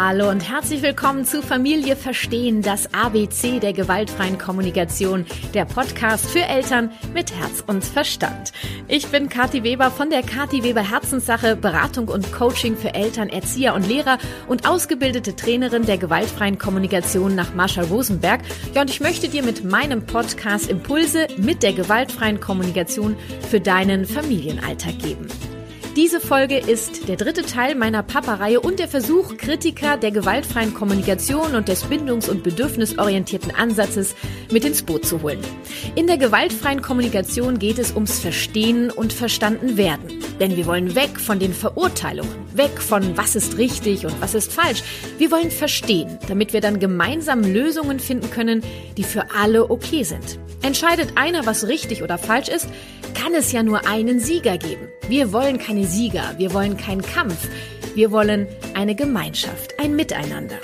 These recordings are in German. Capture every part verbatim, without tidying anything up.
Hallo und herzlich willkommen zu Familie Verstehen, das A B C der gewaltfreien Kommunikation, der Podcast für Eltern mit Herz und Verstand. Ich bin Kathi Weber von der Kathi Weber Herzenssache, Beratung und Coaching für Eltern, Erzieher und Lehrer und ausgebildete Trainerin der gewaltfreien Kommunikation nach Marshall Rosenberg. Ja, und ich möchte dir mit meinem Podcast Impulse mit der gewaltfreien Kommunikation für deinen Familienalltag geben. Diese Folge ist der dritte Teil meiner Papa-Reihe und der Versuch, Kritiker der gewaltfreien Kommunikation und des bindungs- und bedürfnisorientierten Ansatzes mit ins Boot zu holen. In der gewaltfreien Kommunikation geht es ums Verstehen und Verstandenwerden. Denn wir wollen weg von den Verurteilungen, weg von was ist richtig und was ist falsch. Wir wollen verstehen, damit wir dann gemeinsam Lösungen finden können, die für alle okay sind. Entscheidet einer, was richtig oder falsch ist, kann es ja nur einen Sieger geben. Wir wollen keine Sieger, wir wollen keinen Kampf, wir wollen eine Gemeinschaft, ein Miteinander.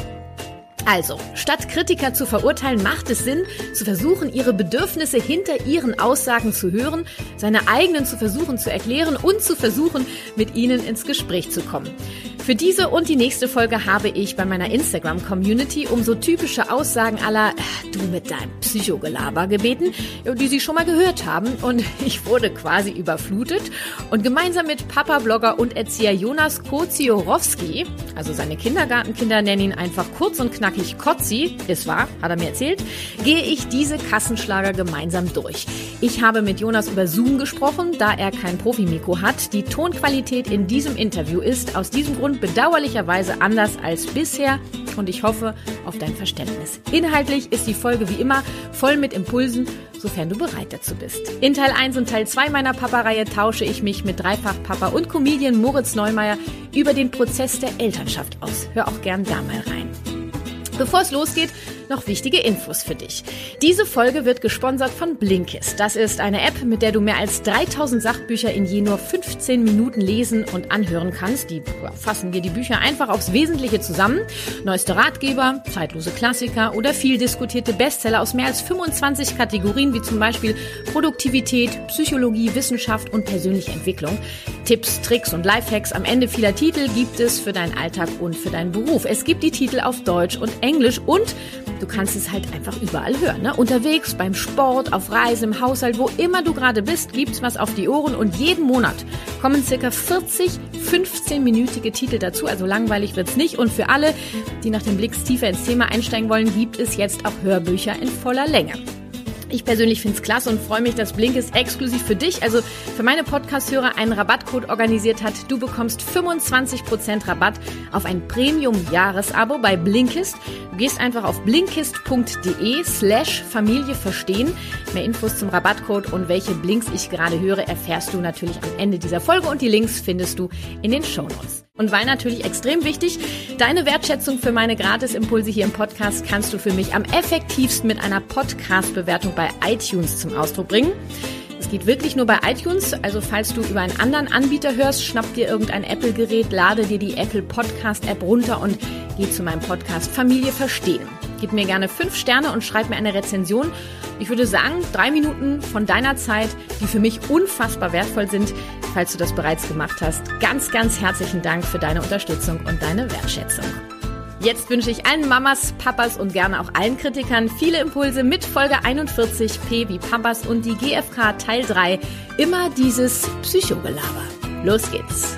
Also, statt Kritiker zu verurteilen, macht es Sinn, zu versuchen, ihre Bedürfnisse hinter ihren Aussagen zu hören, seine eigenen zu versuchen zu erklären und zu versuchen, mit ihnen ins Gespräch zu kommen. Für diese und die nächste Folge habe ich bei meiner Instagram-Community um so typische Aussagen aller du mit deinem Psychogelaber gebeten, die Sie schon mal gehört haben, und ich wurde quasi überflutet und gemeinsam mit Papa-Blogger und Erzieher Jonas Kociorowski, also seine Kindergartenkinder nennen ihn einfach kurz und knackig Kotzi, ist wahr, hat er mir erzählt, gehe ich diese Kassenschlager gemeinsam durch. Ich habe mit Jonas über Zoom gesprochen, da er kein Profimikro hat. Die Tonqualität in diesem Interview ist aus diesem Grund bedauerlicherweise anders als bisher und ich hoffe auf dein Verständnis. Inhaltlich ist die Folge wie immer voll mit Impulsen, sofern du bereit dazu bist. In Teil eins und Teil zwei meiner Papa-Reihe tausche ich mich mit Dreifach-Papa und Comedian Moritz Neumeier über den Prozess der Elternschaft aus. Hör auch gern da mal rein. Bevor es losgeht, noch wichtige Infos für dich. Diese Folge wird gesponsert von Blinkist. Das ist eine App, mit der du mehr als dreitausend Sachbücher in je nur fünfzehn Minuten lesen und anhören kannst. Die fassen dir die Bücher einfach aufs Wesentliche zusammen. Neueste Ratgeber, zeitlose Klassiker oder viel diskutierte Bestseller aus mehr als fünfundzwanzig Kategorien, wie zum Beispiel Produktivität, Psychologie, Wissenschaft und persönliche Entwicklung. Tipps, Tricks und Lifehacks am Ende vieler Titel gibt es für deinen Alltag und für deinen Beruf. Es gibt die Titel auf Deutsch und Englisch und du kannst es halt einfach überall hören. Ne? Unterwegs, beim Sport, auf Reisen, im Haushalt, wo immer du gerade bist, gibt's was auf die Ohren und jeden Monat kommen circa vierzig fünfzehn-minütige Titel dazu, also langweilig wird's nicht. Und für alle, die nach dem Blick tiefer ins Thema einsteigen wollen, gibt es jetzt auch Hörbücher in voller Länge. Ich persönlich finde es klasse und freue mich, dass Blinkist exklusiv für dich, also für meine Podcast-Hörer, einen Rabattcode organisiert hat. Du bekommst fünfundzwanzig Prozent Rabatt auf ein Premium-Jahresabo bei Blinkist. Du gehst einfach auf blinkist.de slash Familie verstehen. Mehr Infos zum Rabattcode und welche Blinks ich gerade höre, erfährst du natürlich am Ende dieser Folge und die Links findest du in den Shownotes. Und weil natürlich extrem wichtig, deine Wertschätzung für meine Gratisimpulse hier im Podcast kannst du für mich am effektivsten mit einer Podcast-Bewertung bei iTunes zum Ausdruck bringen. Es geht wirklich nur bei iTunes, also falls du über einen anderen Anbieter hörst, schnapp dir irgendein Apple-Gerät, lade dir die Apple Podcast-App runter und geh zu meinem Podcast Familie Verstehen. Gib mir gerne fünf Sterne und schreib mir eine Rezension. Ich würde sagen, drei Minuten von deiner Zeit, die für mich unfassbar wertvoll sind. Falls du das bereits gemacht hast, ganz, ganz herzlichen Dank für deine Unterstützung und deine Wertschätzung. Jetzt wünsche ich allen Mamas, Papas und gerne auch allen Kritikern viele Impulse mit Folge einundvierzig, P wie Papas und die G F K Teil drei. Immer dieses Psychogelaber. Los geht's.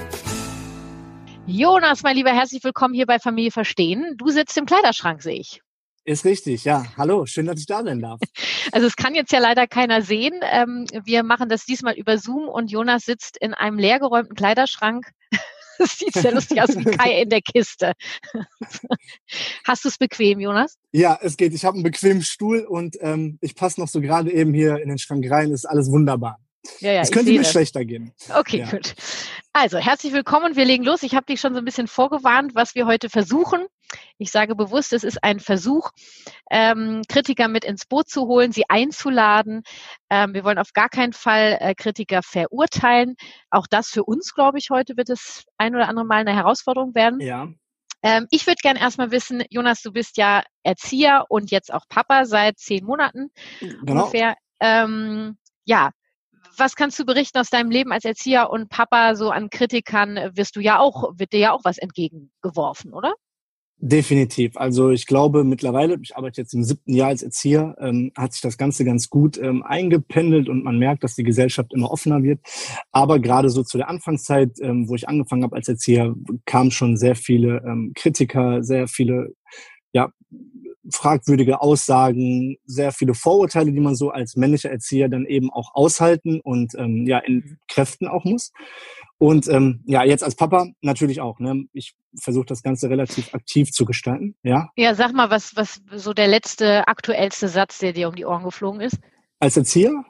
Jonas, mein Lieber, herzlich willkommen hier bei Familie Verstehen. Du sitzt im Kleiderschrank, sehe ich. Ist richtig, ja. Hallo, schön, dass ich da sein darf. Also es kann jetzt ja leider keiner sehen. Ähm, wir machen das diesmal über Zoom und Jonas sitzt in einem leergeräumten Kleiderschrank. Das sieht sehr lustig aus wie Kai in der Kiste. Hast du es bequem, Jonas? Ja, es geht. Ich habe einen bequemen Stuhl und ähm, ich passe noch so gerade eben hier in den Schrank rein. Ist alles wunderbar. Ja, ja, es könnte mir das. schlechter gehen. Okay, ja. Gut. Also, herzlich willkommen. Wir legen los. Ich habe dich schon so ein bisschen vorgewarnt, was wir heute versuchen. Ich sage bewusst, es ist ein Versuch, ähm, Kritiker mit ins Boot zu holen, sie einzuladen. Ähm, wir wollen auf gar keinen Fall äh, Kritiker verurteilen. Auch das für uns, glaube ich, heute wird es ein oder andere Mal eine Herausforderung werden. Ja. Ähm, ich würde gerne erstmal wissen, Jonas, du bist ja Erzieher und jetzt auch Papa seit zehn Monaten Genau. ungefähr. Ähm, ja, was kannst du berichten aus deinem Leben als Erzieher und Papa? So an Kritikern wirst du ja auch, wird dir ja auch was entgegengeworfen, oder? Definitiv. Also ich glaube mittlerweile, ich arbeite jetzt im siebten Jahr als Erzieher, ähm, hat sich das Ganze ganz gut ähm, eingependelt und man merkt, dass die Gesellschaft immer offener wird. Aber gerade so zu der Anfangszeit, ähm, wo ich angefangen habe als Erzieher, kamen schon sehr viele ähm, Kritiker, sehr viele ja fragwürdige Aussagen, sehr viele Vorurteile, die man so als männlicher Erzieher dann eben auch aushalten und ähm, ja entkräften auch muss. Und ähm, ja, jetzt als Papa natürlich auch. Ne? Ich versuche das Ganze relativ aktiv zu gestalten. Ja, Ja, sag mal, was, was so der letzte, aktuellste Satz, der dir um die Ohren geflogen ist? Als Erzieher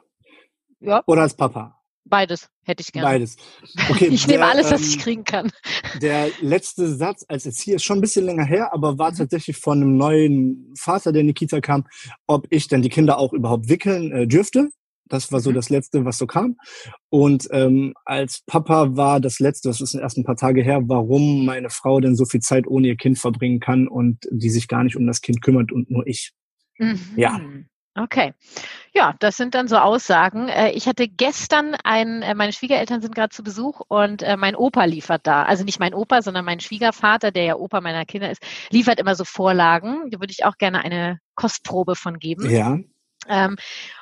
Ja, oder als Papa? beides hätte ich gerne. Beides. Okay, ich der, nehme alles, was ähm, ich kriegen kann. Der letzte Satz als Erzieher ist schon ein bisschen länger her, aber war tatsächlich von einem neuen Vater, der in die Kita kam, ob ich denn die Kinder auch überhaupt wickeln äh, dürfte. Das war so das Letzte, was so kam. Und ähm, als Papa war das Letzte, das ist erst ein paar Tage her, warum meine Frau denn so viel Zeit ohne ihr Kind verbringen kann und die sich gar nicht um das Kind kümmert und nur ich. Mhm. Ja. Okay. Ja, das sind dann so Aussagen. Ich hatte gestern ein, meine Schwiegereltern sind gerade zu Besuch und mein Opa liefert da, also nicht mein Opa, sondern mein Schwiegervater, der ja Opa meiner Kinder ist, liefert immer so Vorlagen. Da würde ich auch gerne eine Kostprobe von geben. Ja. Ähm,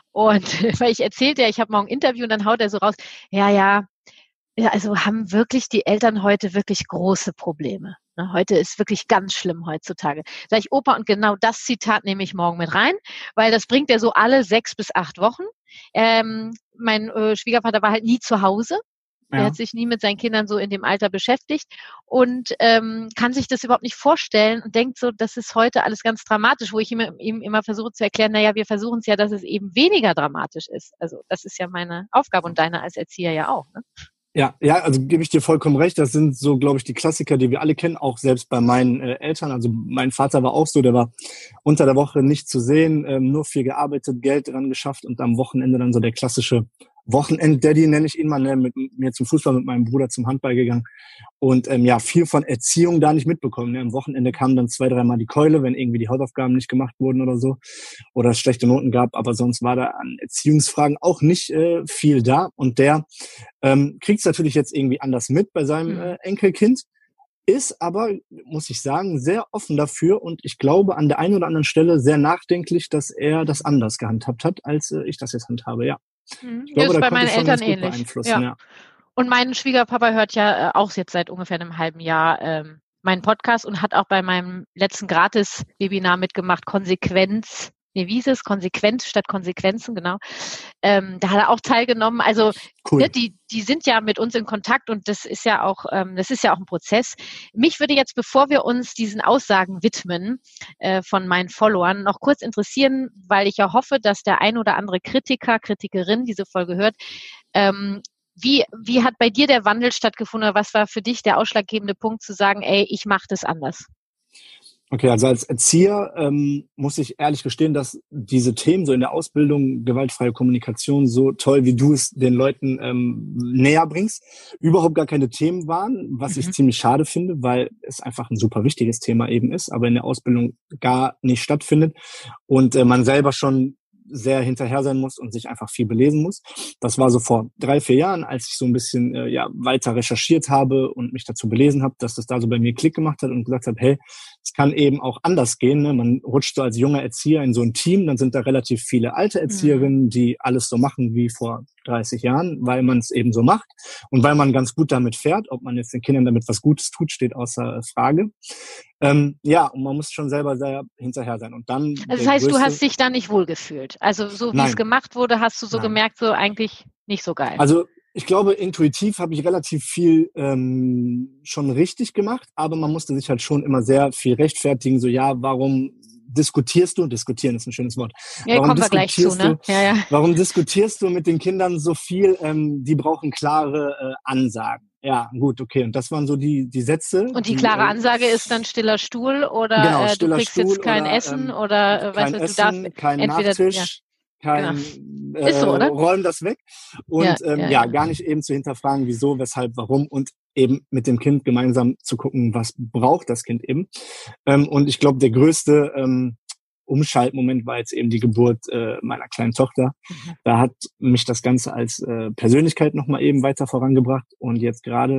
und weil ich erzählte ja, ich habe morgen ein Interview und dann haut er so raus, ja, ja, ja, also haben wirklich die Eltern heute wirklich große Probleme. Heute ist wirklich ganz schlimm heutzutage. Sag ich, Opa, und genau das Zitat nehme ich morgen mit rein, weil das bringt er so alle sechs bis acht Wochen. Ähm, mein äh, Schwiegervater war halt nie zu Hause. Ja. Er hat sich nie mit seinen Kindern so in dem Alter beschäftigt und ähm, kann sich das überhaupt nicht vorstellen und denkt so, das ist heute alles ganz dramatisch, wo ich ihm, ihm immer versuche zu erklären, naja, wir versuchen es ja, dass es eben weniger dramatisch ist. Also das ist ja meine Aufgabe und deine als Erzieher ja auch, ne? Ja, ja, also gebe ich dir vollkommen recht. Das sind so, glaube ich, die Klassiker, die wir alle kennen, auch selbst bei meinen äh, Eltern. Also mein Vater war auch so, der war unter der Woche nicht zu sehen, ähm, nur viel gearbeitet, Geld dran geschafft und am Wochenende dann so der klassische Wochenend-Daddy, nenne ich ihn mal, ne, mit mir zum Fußball, mit meinem Bruder zum Handball gegangen und ähm, ja, viel von Erziehung da nicht mitbekommen. Ne. Am Wochenende kam dann zwei, dreimal die Keule, wenn irgendwie die Hausaufgaben nicht gemacht wurden oder so oder es schlechte Noten gab, aber sonst war da an Erziehungsfragen auch nicht äh, viel da und der ähm, kriegt es natürlich jetzt irgendwie anders mit bei seinem äh, Enkelkind, ist aber, muss ich sagen, sehr offen dafür und ich glaube an der einen oder anderen Stelle sehr nachdenklich, dass er das anders gehandhabt hat, als äh, ich das jetzt handhabe, ja. Ich glaube, ist da bei konnte meinen ich schon Eltern ganz gut ähnlich. beeinflussen, Ja. ja. Und mein Schwiegerpapa hört ja äh, auch jetzt seit ungefähr einem halben Jahr ähm, meinen Podcast und hat auch bei meinem letzten Gratis-Webinar mitgemacht, Konsequenz, nee, wie ist es? Konsequenz statt Konsequenzen, genau. Ähm, da hat er auch teilgenommen. Also Cool. ne, die, die sind ja mit uns in Kontakt und das ist ja auch, ähm, das ist ja auch ein Prozess. Mich würde jetzt, bevor wir uns diesen Aussagen widmen äh, von meinen Followern, noch kurz interessieren, weil ich ja hoffe, dass der ein oder andere Kritiker, Kritikerin diese Folge hört. Ähm, wie, wie hat bei dir der Wandel stattgefunden oder was war für dich der ausschlaggebende Punkt zu sagen, ey, ich mache das anders? Okay, also als Erzieher ähm, muss ich ehrlich gestehen, dass diese Themen so in der Ausbildung, gewaltfreie Kommunikation, so toll, wie du es den Leuten ähm, näher bringst, überhaupt gar keine Themen waren, was mhm. ich ziemlich schade finde, weil es einfach ein super wichtiges Thema eben ist, aber in der Ausbildung gar nicht stattfindet und äh, man selber schon sehr hinterher sein muss und sich einfach viel belesen muss. Das war so vor drei, vier Jahren, als ich so ein bisschen äh, ja weiter recherchiert habe und mich dazu belesen habe, dass das da so bei mir Klick gemacht hat und gesagt habe, hey, es kann eben auch anders gehen. Ne? Man rutscht so als junger Erzieher in so ein Team, dann sind da relativ viele alte Erzieherinnen, die alles so machen wie vor dreißig Jahren, weil man es eben so macht und weil man ganz gut damit fährt. Ob man jetzt den Kindern damit was Gutes tut, steht außer Frage. Ähm, ja, und man muss schon selber sehr hinterher sein. Und dann also das heißt, größte, du hast dich da nicht wohlgefühlt. Also so wie Nein. es gemacht wurde, hast du so Nein. gemerkt, so eigentlich nicht so geil. Also ich glaube, intuitiv habe ich relativ viel ähm, schon richtig gemacht, aber man musste sich halt schon immer sehr viel rechtfertigen. So, ja, warum diskutierst du? Diskutieren ist ein schönes Wort. Ja, warum kommen wir gleich zu, ne? Du, ja, ja. Warum diskutierst du mit den Kindern so viel? Ähm, die brauchen klare äh, Ansagen. Ja, gut, okay. Und das waren so die die Sätze. Und die, die klare Ansage äh, ist dann stiller Stuhl oder genau, äh, du kriegst Stuhl jetzt kein oder, Essen ähm, oder äh, weißt du, du darfst kein entweder Nachtisch, ja. kein genau. Ist so, äh, oder? räumen das weg und ja, ähm, ja, ja, ja, gar nicht eben zu hinterfragen, wieso, weshalb, warum und eben mit dem Kind gemeinsam zu gucken, was braucht das Kind eben. Ähm, und ich glaube, der größte ähm, Umschaltmoment war jetzt eben die Geburt äh, meiner kleinen Tochter. Mhm. Da hat mich das Ganze als äh, Persönlichkeit nochmal eben weiter vorangebracht und jetzt gerade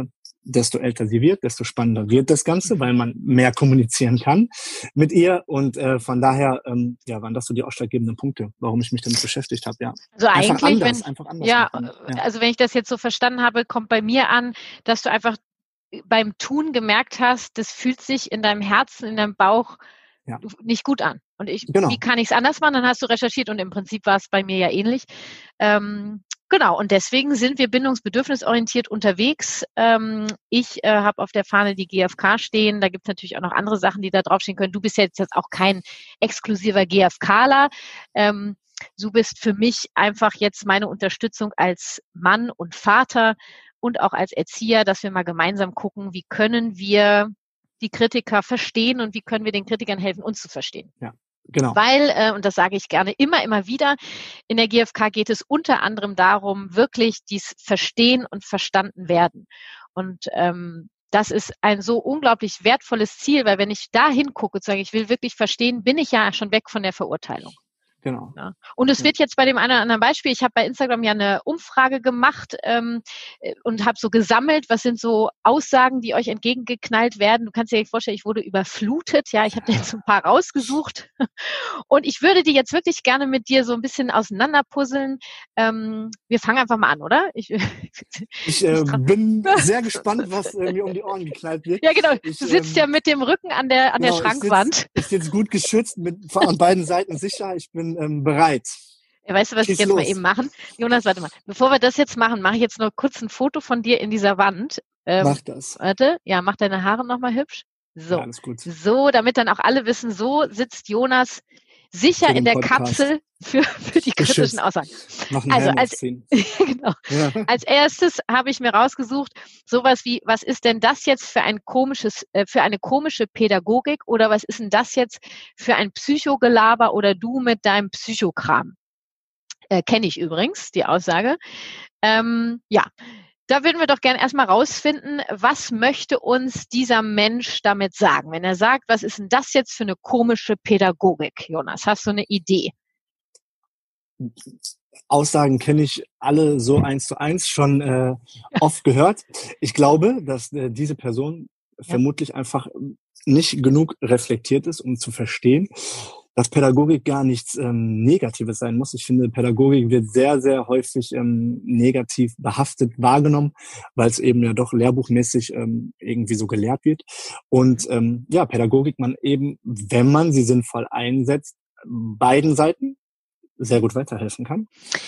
desto älter sie wird, desto spannender wird das Ganze, weil man mehr kommunizieren kann mit ihr. Und äh, von daher, ähm, ja, waren das so die ausschlaggebenden Punkte, warum ich mich damit beschäftigt habe. Ja, also einfach eigentlich, anders, wenn, einfach anders ja, machen. Ja, also wenn ich das jetzt so verstanden habe, kommt bei mir an, dass du einfach beim Tun gemerkt hast, das fühlt sich in deinem Herzen, in deinem Bauch ja. nicht gut an. Und ich, Genau. wie kann ich es anders machen? Dann hast du recherchiert und im Prinzip war es bei mir ja ähnlich. Ähm, genau, und deswegen sind wir bindungsbedürfnisorientiert unterwegs. Ähm, ich äh, habe auf der Fahne die G F K stehen. Da gibt es natürlich auch noch andere Sachen, die da draufstehen können. Du bist jetzt, jetzt auch kein exklusiver GFKler. Ähm, du bist für mich einfach jetzt meine Unterstützung als Mann und Vater und auch als Erzieher, dass wir mal gemeinsam gucken, wie können wir die Kritiker verstehen und wie können wir den Kritikern helfen, uns zu verstehen. Ja, genau. Weil, äh, und das sage ich gerne immer, immer wieder, in der G F K geht es unter anderem darum, wirklich dies Verstehen und Verstanden werden. Und ähm, das ist ein so unglaublich wertvolles Ziel, weil wenn ich da hingucke und sage, ich will wirklich verstehen, bin ich ja schon weg von der Verurteilung. Genau. Ja. Und es Ja. wird jetzt bei dem einen oder anderen Beispiel, ich habe bei Instagram ja eine Umfrage gemacht ähm, und habe so gesammelt, was sind so Aussagen, die euch entgegengeknallt werden. Du kannst dir vorstellen, ich wurde überflutet. Ja, ich habe da jetzt ein paar rausgesucht und ich würde die jetzt wirklich gerne mit dir so ein bisschen auseinanderpuzzeln. Ähm, wir fangen einfach mal an, oder? Ich, ich äh, bin sehr gespannt, was äh, mir um die Ohren geknallt wird. Ja, genau. Ich, du sitzt ähm, ja mit dem Rücken an der an genau, der Schrankwand. Ich sitze sitz gut geschützt, mit an beiden Seiten sicher. Ich bin ähm, bereit. Ja, weißt du, was Schieß ich jetzt los. mal eben machen? Jonas, warte mal. Bevor wir das jetzt machen, mache ich jetzt nur kurz ein Foto von dir in dieser Wand. Ähm, mach das. Warte, ja, mach deine Haare nochmal hübsch. So, ja, alles gut. So, damit dann auch alle wissen, so sitzt Jonas sicher in der Podcast. Kapsel für, für die kritischen Aussagen. Noch einen also Helm als, aufziehen. genau. Ja. Als erstes habe ich mir rausgesucht, sowas wie, was ist denn das jetzt für ein komisches, äh, für eine komische Pädagogik oder was ist denn das jetzt für ein Psychogelaber oder du mit deinem Psychokram? Äh, kenne ich übrigens, die Aussage. Ähm, ja, da würden wir doch gerne erstmal rausfinden, was möchte uns dieser Mensch damit sagen? Wenn er sagt, was ist denn das jetzt für eine komische Pädagogik, Jonas? Hast du eine Idee? Aussagen kenne ich alle so eins zu eins schon äh, oft gehört. Ich glaube, dass äh, diese Person ja. vermutlich einfach nicht genug reflektiert ist, um zu verstehen, dass Pädagogik gar nichts ähm, Negatives sein muss. Ich finde, Pädagogik wird sehr, sehr häufig ähm, negativ behaftet wahrgenommen, weil es eben ja doch lehrbuchmäßig ähm, irgendwie so gelehrt wird. Und ähm, ja, Pädagogik man eben, wenn man sie sinnvoll einsetzt, beiden Seiten sehr gut weiterhelfen kann.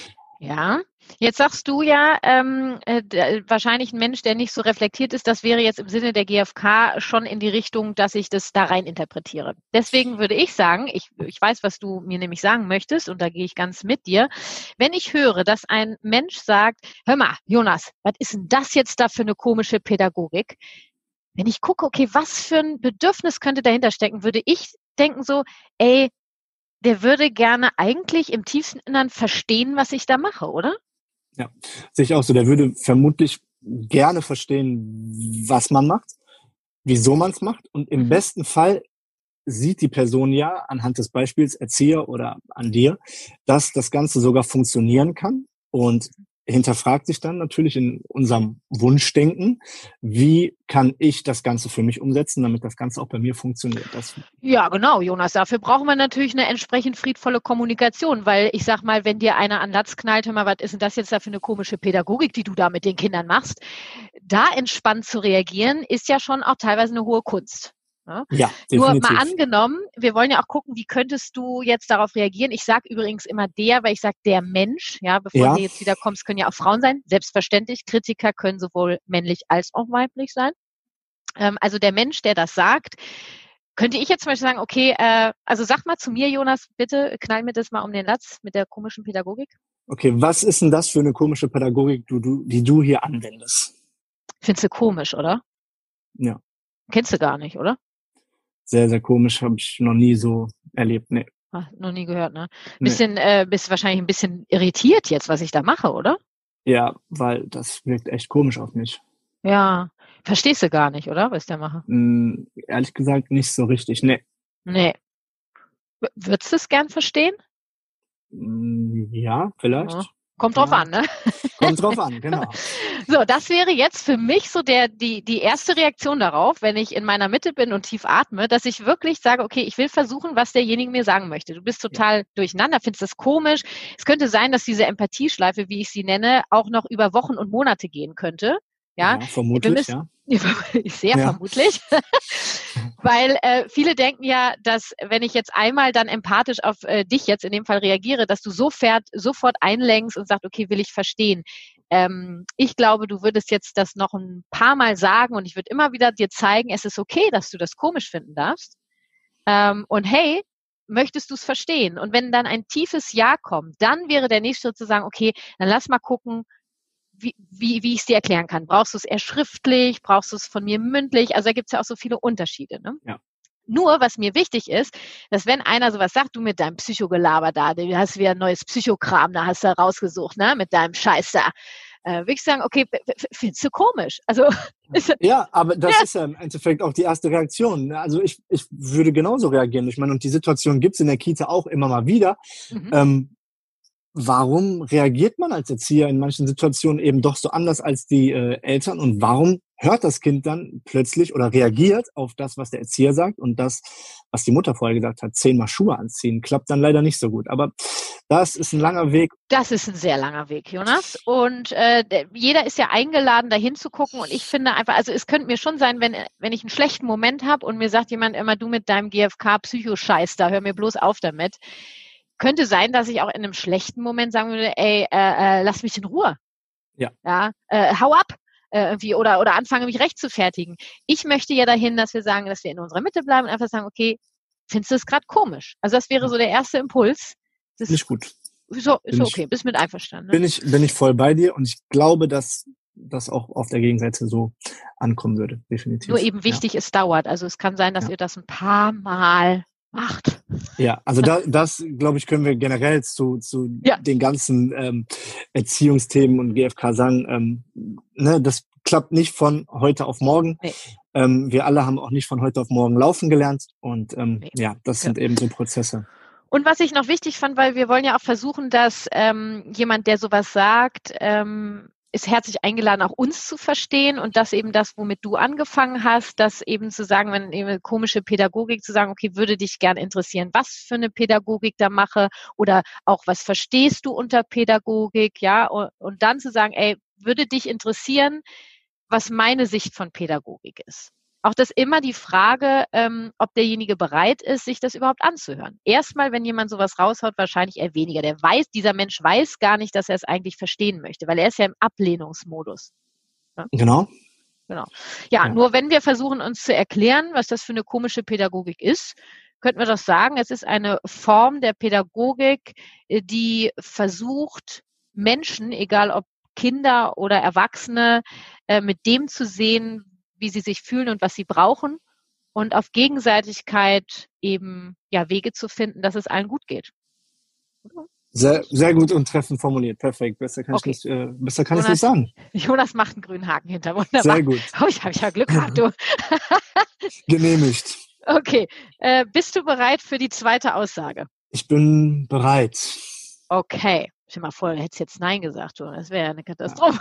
Ja, jetzt sagst du ja, ähm, äh, wahrscheinlich ein Mensch, der nicht so reflektiert ist, das wäre jetzt im Sinne der G F K schon in die Richtung, dass ich das da rein interpretiere. Deswegen würde ich sagen, ich, ich weiß, was du mir nämlich sagen möchtest und da gehe ich ganz mit dir. Wenn ich höre, dass ein Mensch sagt, hör mal, Jonas, was ist denn das jetzt da für eine komische Pädagogik? Wenn ich gucke, okay, was für ein Bedürfnis könnte dahinter stecken, würde ich denken so, ey, der würde gerne eigentlich im tiefsten Innern verstehen, was ich da mache, oder? Ja, sehe ich auch so. Der würde vermutlich gerne verstehen, was man macht, wieso man es macht. Und im mhm. besten Fall sieht die Person ja anhand des Beispiels Erzieher oder an dir, dass das Ganze sogar funktionieren kann und hinterfragt sich dann natürlich in unserem Wunschdenken, wie kann ich das Ganze für mich umsetzen, damit das Ganze auch bei mir funktioniert. Das ja, genau, Jonas. Dafür brauchen wir natürlich eine entsprechend friedvolle Kommunikation, weil ich sag mal, wenn dir einer an Latz knallt, hör mal, was ist denn das jetzt da für eine komische Pädagogik, die du da mit den Kindern machst? Da entspannt zu reagieren, ist ja schon auch teilweise eine hohe Kunst. Ja, ja, nur mal angenommen, wir wollen ja auch gucken, wie könntest du jetzt darauf reagieren. Ich sage übrigens immer der, weil ich sage der Mensch, ja, bevor ja. du jetzt wieder kommst, können ja auch Frauen sein, selbstverständlich. Kritiker können sowohl männlich als auch weiblich sein. Ähm, also der Mensch, der das sagt, könnte ich jetzt zum Beispiel sagen, okay, äh, also sag mal zu mir, Jonas, bitte knall mir das mal um den Latz mit der komischen Pädagogik. Okay, was ist denn das für eine komische Pädagogik, du, du, die du hier anwendest? Findest du komisch, oder? Ja. Kennst du gar nicht, oder? Sehr, sehr komisch, habe ich noch nie so erlebt, nee. Ach, noch nie gehört, ne? Bisschen, nee. äh, bist wahrscheinlich ein bisschen irritiert jetzt, was ich da mache, oder? Ja, weil das wirkt echt komisch auf mich. Ja, verstehst du gar nicht, oder, was ich da mache? Mm, ehrlich gesagt nicht so richtig, nee. Nee. W- Würdest du es gern verstehen? Mm, ja, vielleicht. Ja. Kommt drauf Ja. an, ne? Kommt drauf an, genau. So, das wäre jetzt für mich so der, die, die erste Reaktion darauf, wenn ich in meiner Mitte bin und tief atme, dass ich wirklich sage, okay, ich will versuchen, was derjenige mir sagen möchte. Du bist total ja. durcheinander, findest das komisch. Es könnte sein, dass diese Empathieschleife, wie ich sie nenne, auch noch über Wochen und Monate gehen könnte. Ja, ja vermutlich, ja. Sehr ja. vermutlich. Weil äh, viele denken ja, dass wenn ich jetzt einmal dann empathisch auf äh, dich jetzt in dem Fall reagiere, dass du sofort, sofort einlenkst und sagst, okay, will ich verstehen. Ähm, ich glaube, du würdest jetzt das noch ein paar Mal sagen und ich würde immer wieder dir zeigen, es ist okay, dass du das komisch finden darfst. Ähm, und hey, möchtest du es verstehen? Und wenn dann ein tiefes Ja kommt, dann wäre der nächste Schritt zu sagen, okay, dann lass mal gucken, wie, wie, wie ich es dir erklären kann. Brauchst du es eher schriftlich? Brauchst du es von mir mündlich? Also da gibt es ja auch so viele Unterschiede. Ne? Ja. Nur, was mir wichtig ist, dass wenn einer sowas sagt, du mit deinem Psychogelaber da, du hast wieder ein neues Psychokram, da hast du rausgesucht, ne, mit deinem Scheiß da, äh, würde ich sagen, okay, findest du komisch? Also ist, ja, aber das ja. ist ja im Endeffekt auch die erste Reaktion. Also ich, ich würde genauso reagieren. Ich meine, und die Situation gibt es in der Kita auch immer mal wieder. Mhm. Ähm, Warum reagiert man als Erzieher in manchen Situationen eben doch so anders als die äh, Eltern? Und warum hört das Kind dann plötzlich oder reagiert auf das, was der Erzieher sagt und das, was die Mutter vorher gesagt hat, zehnmal Schuhe anziehen, klappt dann leider nicht so gut. Aber das ist ein langer Weg. Das ist ein sehr langer Weg, Jonas. Und äh, jeder ist ja eingeladen, da hinzugucken. Und ich finde einfach, also es könnte mir schon sein, wenn wenn ich einen schlechten Moment habe und mir sagt jemand immer, du mit deinem G F K-Psychoscheiß, da hör mir bloß auf damit. Könnte sein, dass ich auch in einem schlechten Moment sagen würde, ey, äh, äh, lass mich in Ruhe. Ja. Ja, äh, hau ab. Äh, irgendwie, oder, oder anfange, mich rechtfertigen. Ich möchte ja dahin, dass wir sagen, dass wir in unserer Mitte bleiben und einfach sagen, okay, findest du es gerade komisch? Also das wäre so der erste Impuls. Das ist gut. So, ist okay, ich, bist mit einverstanden. Ne? Bin ich, bin ich voll bei dir und ich glaube, dass das auch auf der Gegenseite so ankommen würde, definitiv. Nur eben wichtig, ja. es dauert. Also es kann sein, dass ja. ihr das ein paar Mal macht. Ja, also da, das, glaube ich, können wir generell zu, zu ja. den ganzen ähm, Erziehungsthemen und G F K sagen, ähm, ne, das klappt nicht von heute auf morgen. Nee. Ähm, wir alle haben auch nicht von heute auf morgen laufen gelernt und ähm, nee. ja, das sind ja. eben so Prozesse. Und was ich noch wichtig fand, weil wir wollen ja auch versuchen, dass ähm, jemand, der sowas sagt, ähm, ist herzlich eingeladen, auch uns zu verstehen und das eben das, womit du angefangen hast, das eben zu sagen, wenn eben komische Pädagogik zu sagen, okay, würde dich gern interessieren, was für eine Pädagogik da mache oder auch, was verstehst du unter Pädagogik, ja, und, und dann zu sagen, ey, würde dich interessieren, was meine Sicht von Pädagogik ist. Auch das immer die Frage, ähm, ob derjenige bereit ist, sich das überhaupt anzuhören. Erstmal, wenn jemand sowas raushaut, wahrscheinlich eher weniger. Der weiß, dieser Mensch weiß gar nicht, dass er es eigentlich verstehen möchte, weil er ist ja im Ablehnungsmodus. Ja? Genau. Genau. Ja, ja, nur wenn wir versuchen, uns zu erklären, was das für eine komische Pädagogik ist, könnten wir doch sagen, es ist eine Form der Pädagogik, die versucht, Menschen, egal ob Kinder oder Erwachsene, äh, mit dem zu sehen, wie sie sich fühlen und was sie brauchen und auf Gegenseitigkeit eben ja Wege zu finden, dass es allen gut geht. Sehr, sehr gut und treffend formuliert. Perfekt. Besser kann, okay. ich, nicht, äh, besser kann Jonas, ich nicht sagen. Jonas macht einen grünen Haken hinter. Wunderbar. Sehr gut. Oh, ich habe ja Glück gehabt, du. Genehmigt. Okay. Äh, bist du bereit für die zweite Aussage? Ich bin bereit. Okay. Stell dir mal vor, du hättest jetzt Nein gesagt, du. Das wäre ja eine Katastrophe.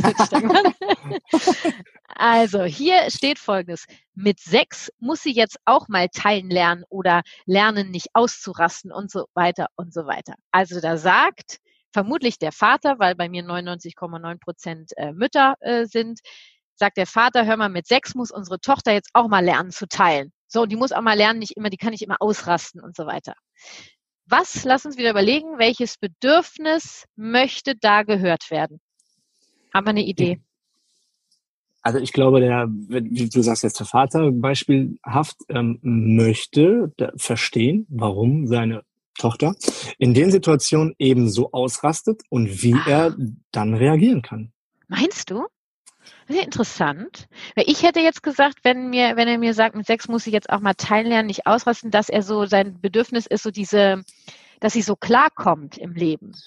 Also, hier steht Folgendes. Mit sechs muss sie jetzt auch mal teilen lernen oder lernen, nicht auszurasten und so weiter und so weiter. Also, da sagt vermutlich der Vater, weil bei mir neunundneunzig Komma neun Prozent äh, Mütter äh, sind, sagt der Vater, hör mal, mit sechs muss unsere Tochter jetzt auch mal lernen zu teilen. So, und die muss auch mal lernen, nicht immer, die kann nicht immer ausrasten und so weiter. Was, lass uns wieder überlegen, welches Bedürfnis möchte da gehört werden? Haben wir eine Idee? Also ich glaube, der, wie du sagst jetzt der Vater beispielhaft, ähm, möchte verstehen, warum seine Tochter in den Situationen eben so ausrastet und wie ah. er dann reagieren kann. Meinst du? Das ist ja interessant. Weil ich hätte jetzt gesagt, wenn mir, wenn er mir sagt, mit sechs muss ich jetzt auch mal teilen lernen, nicht ausrasten, dass er so sein Bedürfnis ist, so diese, dass sie so klarkommt im Leben.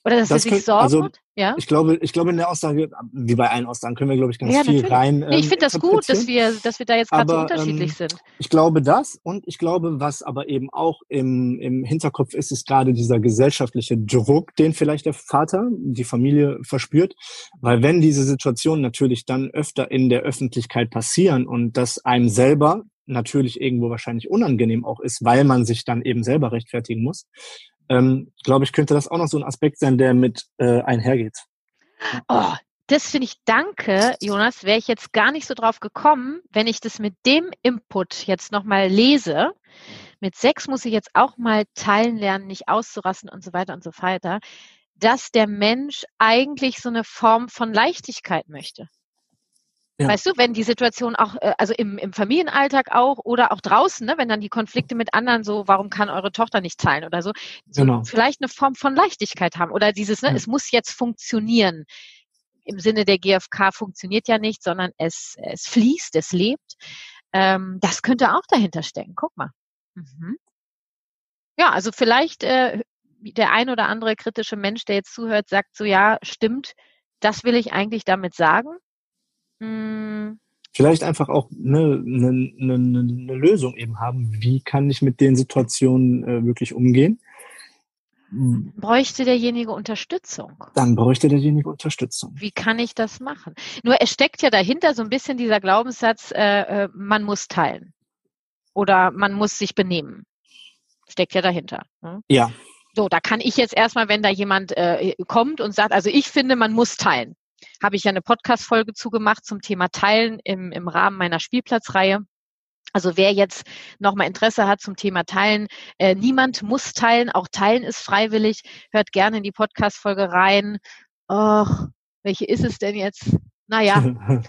Oder dass Das sie sich könnt, Sorgen also macht? Ja? ich glaube, ich glaube in der Aussage, wie bei allen Aussagen, können wir, glaube ich, ganz Ja, viel natürlich. rein Nee, ich ähm, finde das gut, dass interpretieren. wir, dass wir da jetzt gerade so Aber unterschiedlich ähm, sind. ich glaube das und ich glaube, was aber eben auch im, im Hinterkopf ist, ist gerade dieser gesellschaftliche Druck, den vielleicht der Vater, die Familie verspürt. Weil wenn diese Situationen natürlich dann öfter in der Öffentlichkeit passieren und das einem selber natürlich irgendwo wahrscheinlich unangenehm auch ist, weil man sich dann eben selber rechtfertigen muss, ähm, glaube ich, könnte das auch noch so ein Aspekt sein, der mit äh, einhergeht. Ja. Oh, das finde ich, danke, Jonas, wäre ich jetzt gar nicht so drauf gekommen, wenn ich das mit dem Input jetzt nochmal lese. Mit sechs muss ich jetzt auch mal teilen lernen, nicht auszurasten und so weiter und so weiter, dass der Mensch eigentlich so eine Form von Leichtigkeit möchte. Ja. Weißt du, wenn die Situation auch, äh, also im, im Familienalltag auch oder auch draußen, ne, wenn dann die Konflikte mit anderen so, warum kann eure Tochter nicht teilen oder so, so Genau. vielleicht eine Form von Leichtigkeit haben oder dieses, ne, Ja. es muss jetzt funktionieren. Im Sinne der G f K funktioniert ja nicht, sondern es, es fließt, es lebt. Ähm, das könnte auch dahinter stecken. Guck mal. Mhm. Ja, also vielleicht äh, der ein oder andere kritische Mensch, der jetzt zuhört, sagt so, ja, stimmt, das will ich eigentlich damit sagen. Hm. Vielleicht einfach auch eine, eine, eine, eine Lösung eben haben. Wie kann ich mit den Situationen äh, wirklich umgehen? Bräuchte derjenige Unterstützung? Dann bräuchte derjenige Unterstützung. Wie kann ich das machen? Nur es steckt ja dahinter so ein bisschen dieser Glaubenssatz, äh, man muss teilen oder man muss sich benehmen. Steckt ja dahinter. Ne? Ja. So, da kann ich jetzt erstmal, wenn da jemand äh, kommt und sagt, also ich finde, man muss teilen. Habe ich ja eine Podcast-Folge zugemacht zum Thema Teilen im, im Rahmen meiner Spielplatzreihe. Also wer jetzt nochmal Interesse hat zum Thema Teilen, äh, niemand muss teilen, auch Teilen ist freiwillig. Hört gerne in die Podcast-Folge rein. Och, welche ist es denn jetzt? Naja,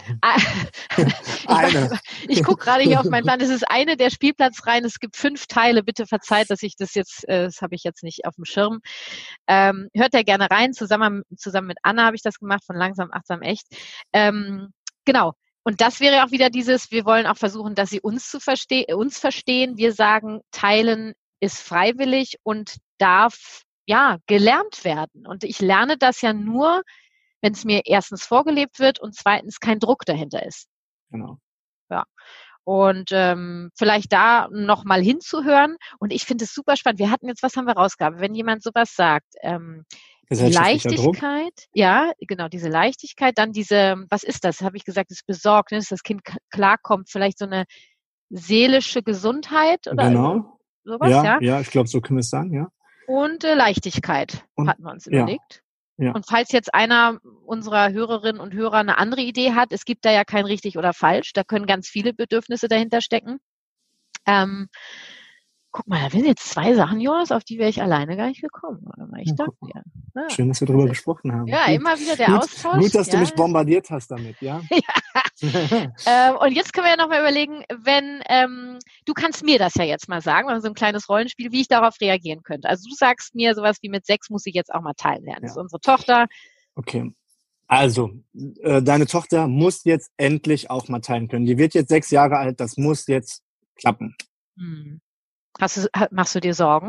eine. Ich, ich gucke gerade hier auf meinen Plan. Es ist eine der Spielplatzreihen. Es gibt fünf Teile. Bitte verzeiht, dass ich das jetzt, äh, das habe ich jetzt nicht auf dem Schirm. Ähm, hört da gerne rein. Zusammen, zusammen mit Anna habe ich das gemacht, von Langsam, Achtsam, Echt. Ähm, genau. Und das wäre auch wieder dieses, wir wollen auch versuchen, dass sie uns zu verstehen, uns verstehen. Wir sagen, teilen ist freiwillig und darf, ja, gelernt werden. Und ich lerne das ja nur, wenn es mir erstens vorgelebt wird und zweitens kein Druck dahinter ist. Genau. Ja. Und ähm, vielleicht da nochmal hinzuhören. Und ich finde es super spannend. Wir hatten jetzt, was haben wir rausgehabt? Wenn jemand sowas sagt, ähm, die Leichtigkeit, Druck. Ja, genau, diese Leichtigkeit, dann diese, was ist das? Habe ich gesagt, das Besorgnis, das Kind klarkommt, vielleicht so eine seelische Gesundheit oder genau. sowas, ja. Ja, ja, ich glaube, so können wir es sagen, ja. Und äh, Leichtigkeit und, hatten wir uns überlegt. Ja. Ja. Und falls jetzt einer unserer Hörerinnen und Hörer eine andere Idee hat, es gibt da ja kein richtig oder falsch, da können ganz viele Bedürfnisse dahinter stecken. Ähm, guck mal, da sind jetzt zwei Sachen, Jonas, auf die wäre ich alleine gar nicht gekommen. Ich ja, dachte, ja. Ja, schön, dass wir darüber gesprochen haben. Ja, gut. immer wieder der gut, Austausch. Gut, dass ja. du mich bombardiert hast damit, ja. ja. ähm, und jetzt können wir ja nochmal überlegen, wenn, ähm, du kannst mir das ja jetzt mal sagen, also so ein kleines Rollenspiel, wie ich darauf reagieren könnte. Also du sagst mir sowas wie mit sechs muss ich jetzt auch mal teilen lernen. Das ja. ist unsere Tochter. Okay. Also, äh, deine Tochter muss jetzt endlich auch mal teilen können. Die wird jetzt sechs Jahre alt, das muss jetzt klappen. Hm. Hast du, machst du dir Sorgen?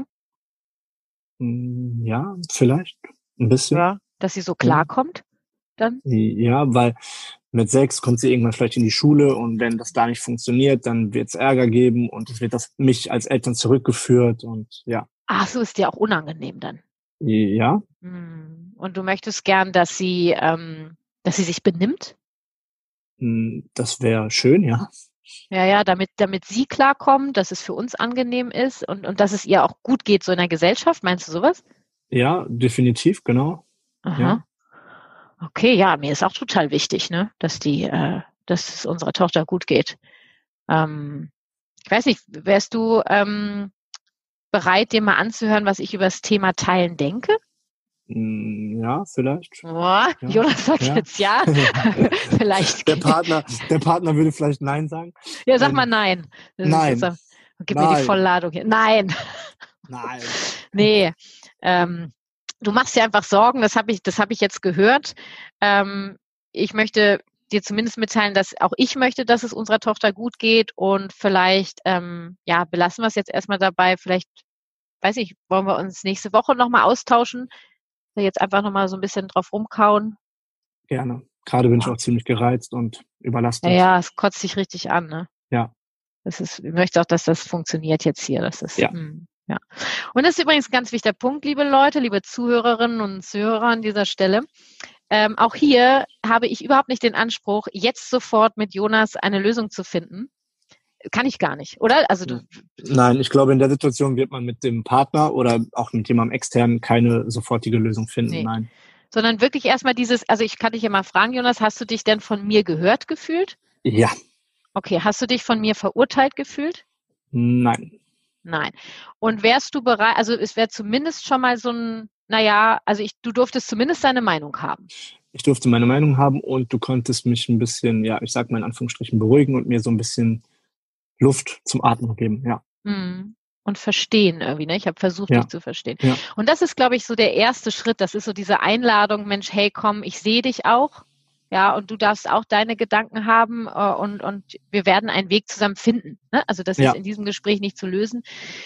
Ja, vielleicht. Ein bisschen. Ja, dass sie so klarkommt dann? Ja, weil mit sechs kommt sie irgendwann vielleicht in die Schule und wenn das da nicht funktioniert, dann wird es Ärger geben und es wird auf mich als Eltern zurückgeführt und ja. Ach, so ist dir auch unangenehm dann. Ja. Und du möchtest gern, dass sie, ähm, dass sie sich benimmt? Das wäre schön, ja. Ja, ja, damit, damit sie klarkommt, dass es für uns angenehm ist und, und dass es ihr auch gut geht, so in der Gesellschaft. Meinst du sowas? Ja, definitiv, genau. Aha. Ja. Okay, ja, mir ist auch total wichtig, ne, dass die, äh, dass es unserer Tochter gut geht. Ähm, ich weiß nicht, wärst du ähm, bereit, dir mal anzuhören, was ich über das Thema Teilen denke? Ja, vielleicht. Oh, ja. Jonas sagt ja. jetzt ja. Vielleicht. Der Partner, der Partner würde vielleicht Nein sagen. Ja, sag mal Nein. Das nein. Jetzt, gib nein. mir die Vollladung hier. Nein. Nein. Nee. Ähm, du machst dir einfach Sorgen, das habe ich, das habe ich jetzt gehört. Ähm, ich möchte dir zumindest mitteilen, dass auch ich möchte, dass es unserer Tochter gut geht und vielleicht, ähm, ja, belassen wir es jetzt erstmal dabei. Vielleicht, weiß ich, wollen wir uns nächste Woche nochmal austauschen, Da jetzt einfach nochmal so ein bisschen drauf rumkauen. Gerne. Gerade bin Ja. ich auch ziemlich gereizt und überlastet. Ja, ja, es kotzt dich richtig an, ne? Ja. Das ist, ich möchte auch, dass das funktioniert jetzt hier. Das ist, Ja. mh, ja. Und das ist übrigens ein ganz wichtiger Punkt, liebe Leute, liebe Zuhörerinnen und Zuhörer an dieser Stelle. Ähm, auch hier habe ich überhaupt nicht den Anspruch, jetzt sofort mit Jonas eine Lösung zu finden. Kann ich gar nicht, oder? Also du, Nein, ich glaube, in der Situation wird man mit dem Partner oder auch mit jemandem externen keine sofortige Lösung finden. Nee. Nein. Sondern wirklich erstmal dieses, also ich kann dich ja mal fragen, Jonas, hast du dich denn von mir gehört gefühlt? Ja. Okay, hast du dich von mir verurteilt gefühlt? Nein. Nein. Und wärst du bereit, also es wäre zumindest schon mal so ein, naja, also ich, du durftest zumindest deine Meinung haben. Ich durfte meine Meinung haben und du konntest mich ein bisschen, ja, ich sag mal in Anführungsstrichen, beruhigen und mir so ein bisschen Luft zum Atmen geben, ja. Mhm. Und verstehen irgendwie, ne? Ich habe versucht, Ja. dich zu verstehen. Ja. Und das ist, glaube ich, so der erste Schritt. Das ist so diese Einladung, Mensch, hey, komm, ich sehe dich auch. Ja, und du darfst auch deine Gedanken haben äh, und, und wir werden einen Weg zusammen finden. Ne? Also das Ja. ist in diesem Gespräch nicht zu lösen.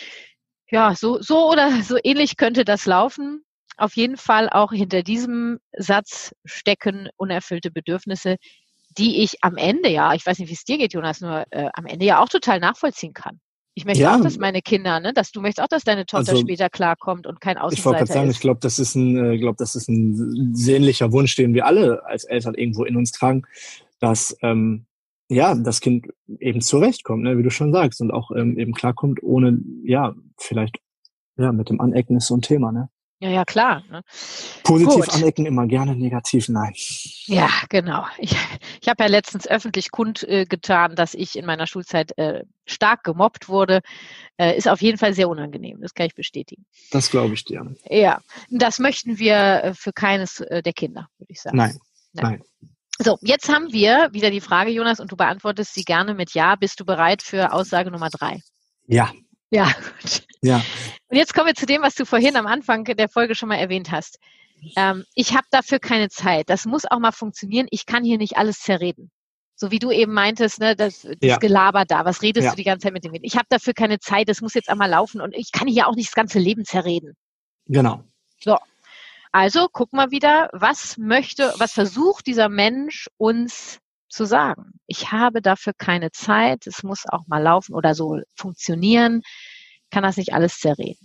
Ja, so, so oder so ähnlich könnte das laufen. Auf jeden Fall auch hinter diesem Satz stecken unerfüllte Bedürfnisse, die ich am Ende ja, ich weiß nicht, wie es dir geht, Jonas, nur äh, am Ende ja auch total nachvollziehen kann. Ich möchte Ja. auch, dass meine Kinder, ne, dass du möchtest auch, dass deine Tochter Also, später klarkommt und kein Ich wollte Außenseiter gerade sagen, ist. ich glaube, das ist ein, äh, glaube, das ist ein sehnlicher Wunsch, den wir alle als Eltern irgendwo in uns tragen, dass ähm, ja das Kind eben zurechtkommt, ne, wie du schon sagst, und auch ähm, eben klarkommt, ohne ja vielleicht ja mit dem Anecken ist so ein Thema, ne? Ja, ja, klar. Ne? Positiv Gut. anecken immer gerne, negativ nein. Ja, genau. Ich, ich habe ja letztens öffentlich kundgetan, dass ich in meiner Schulzeit äh, stark gemobbt wurde. Äh, ist auf jeden Fall sehr unangenehm. Das kann ich bestätigen. Das glaube ich dir. Ja, das möchten wir äh, für keines äh, der Kinder, würde ich sagen. Nein, Nein. nein. So, jetzt haben wir wieder die Frage, Jonas, und du beantwortest sie gerne mit Ja. Bist du bereit für Aussage Nummer drei? Ja, Ja, gut. ja, Und jetzt kommen wir zu dem, was du vorhin am Anfang der Folge schon mal erwähnt hast. Ähm, ich habe dafür keine Zeit. Das muss auch mal funktionieren. Ich kann hier nicht alles zerreden. So wie du eben meintest, ne, das, das Ja. Gelaber da. Was redest Ja. du die ganze Zeit mit dem? Ich habe dafür keine Zeit. Das muss jetzt einmal laufen. Und ich kann hier auch nicht das ganze Leben zerreden. genau. So. Also guck mal wieder, was möchte, was versucht dieser Mensch uns zu sagen? Ich habe dafür keine Zeit. Es muss auch mal laufen oder so funktionieren. Kann das nicht alles zerreden?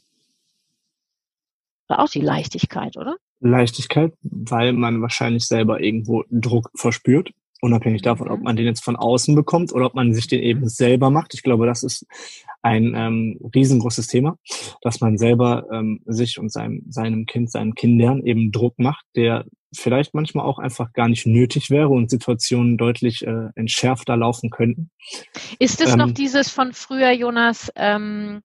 War auch die Leichtigkeit, oder? Leichtigkeit, weil man wahrscheinlich selber irgendwo Druck verspürt, unabhängig davon, Mhm. ob man den jetzt von außen bekommt oder ob man sich den eben selber macht. Ich glaube, das ist ein ähm, riesengroßes Thema, dass man selber ähm, sich und seinem, seinem Kind, seinen Kindern eben Druck macht, der vielleicht manchmal auch einfach gar nicht nötig wäre und Situationen deutlich äh, entschärfter laufen könnten. Ist es Ähm, noch dieses von früher, Jonas? Ähm,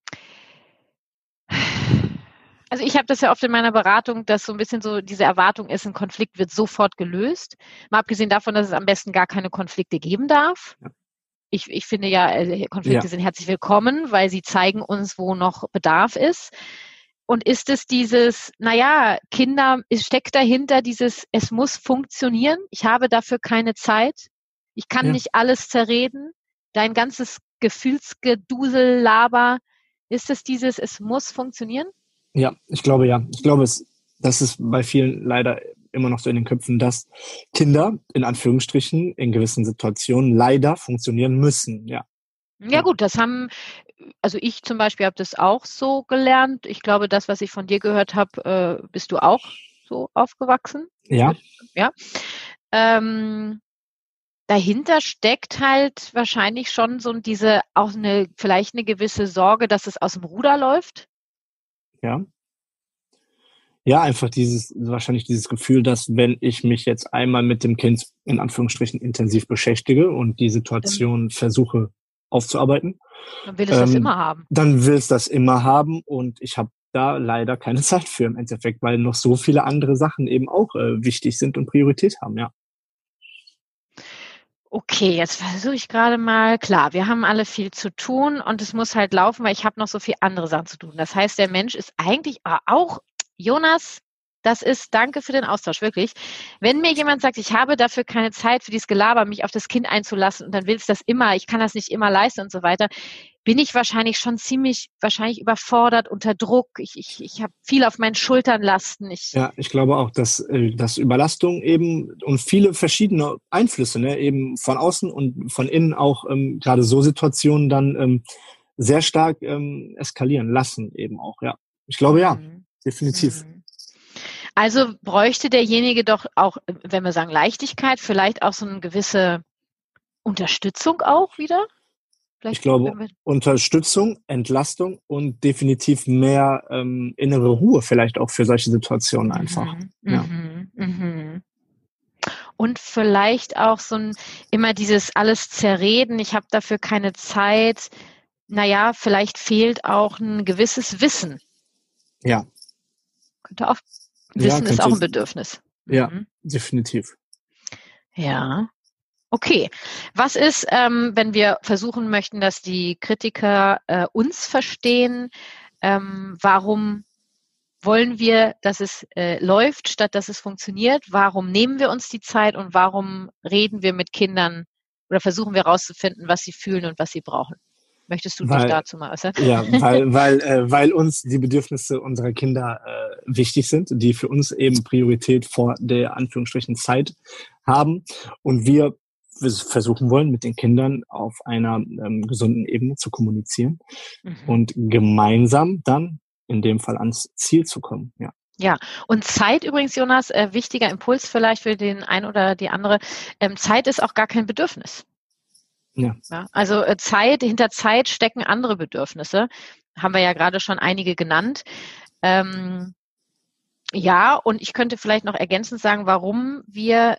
also ich habe das ja oft in meiner Beratung, dass so ein bisschen so diese Erwartung ist, ein Konflikt wird sofort gelöst. Mal abgesehen davon, dass es am besten gar keine Konflikte geben darf. Ja. Ich, ich finde ja, äh, Konflikte Ja. sind herzlich willkommen, weil sie zeigen uns, wo noch Bedarf ist. Und ist es dieses, naja, Kinder, es steckt dahinter dieses, es muss funktionieren, ich habe dafür keine Zeit, ich kann Ja. nicht alles zerreden, dein ganzes Gefühlsgedusel, Laber, ist es dieses, es muss funktionieren? Ja, ich glaube ja. Ich glaube, es, das ist bei vielen leider immer noch so in den Köpfen, dass Kinder in Anführungsstrichen in gewissen Situationen leider funktionieren müssen. Ja, Ja gut, das haben, also ich zum Beispiel habe das auch so gelernt. Ich glaube, das, was ich von dir gehört habe, äh, bist du auch so aufgewachsen. ja, Ja. Ähm, dahinter steckt halt wahrscheinlich schon so diese, auch eine, vielleicht eine gewisse Sorge, dass es aus dem Ruder läuft. ja. Ja, einfach dieses, wahrscheinlich dieses Gefühl, dass wenn ich mich jetzt einmal mit dem Kind in Anführungsstrichen intensiv beschäftige und die Situation versuche aufzuarbeiten, Dann will es das ähm, immer haben. dann will es das immer haben und ich habe da leider keine Zeit für im Endeffekt, weil noch so viele andere Sachen eben auch äh, wichtig sind und Priorität haben, ja. Okay, jetzt versuche ich gerade mal, klar, wir haben alle viel zu tun und es muss halt laufen, weil ich habe noch so viel andere Sachen zu tun. Das heißt, der Mensch ist eigentlich auch, Jonas, das ist, danke für den Austausch, wirklich. Wenn mir jemand sagt, ich habe dafür keine Zeit für dieses Gelaber, mich auf das Kind einzulassen und dann will es das immer, ich kann das nicht immer leisten und so weiter, bin ich wahrscheinlich schon ziemlich wahrscheinlich überfordert, unter Druck. Ich, ich, ich habe viel auf meinen Schultern lasten. Ich, Ja, ich glaube auch, dass, äh, dass Überlastung eben und viele verschiedene Einflüsse, ne, eben von außen und von innen auch ähm, gerade so Situationen dann ähm, sehr stark ähm, eskalieren lassen eben auch, ja. Ich glaube, ja, Mhm. definitiv. Mhm. Also bräuchte derjenige doch auch, wenn wir sagen Leichtigkeit, vielleicht auch so eine gewisse Unterstützung auch wieder? Vielleicht, Ich glaube, wenn wir Unterstützung, Entlastung und definitiv mehr ähm, innere Ruhe vielleicht auch für solche Situationen einfach. Mhm, Ja. mhm, mhm. Und vielleicht auch so ein immer dieses alles zerreden, ich habe dafür keine Zeit. Naja, vielleicht fehlt auch ein gewisses Wissen. Ja. Könnte auch, Ja, Wissen ist könnte, auch ein Bedürfnis. ja, Mhm. definitiv. Ja. Okay. Was ist, ähm, wenn wir versuchen möchten, dass die Kritiker äh, uns verstehen? Ähm, warum wollen wir, dass es äh, läuft, statt dass es funktioniert? Warum nehmen wir uns die Zeit und warum reden wir mit Kindern oder versuchen wir herauszufinden, was sie fühlen und was sie brauchen? Möchtest du dich Weil, dazu mal äußern? ja, weil, weil, äh, weil uns die Bedürfnisse unserer Kinder äh, wichtig sind, die für uns eben Priorität vor der Anführungsstrichen Zeit haben und wir versuchen wollen, mit den Kindern auf einer ähm, gesunden Ebene zu kommunizieren Mhm. und gemeinsam dann in dem Fall ans Ziel zu kommen. Ja. Ja, und Zeit übrigens, Jonas, äh, wichtiger Impuls vielleicht für den einen oder die andere. Ähm, Zeit ist auch gar kein Bedürfnis. Ja. Ja, also äh, Zeit, hinter Zeit stecken andere Bedürfnisse. Haben wir ja gerade schon einige genannt. Ähm, ja, und ich könnte vielleicht noch ergänzend sagen, warum wir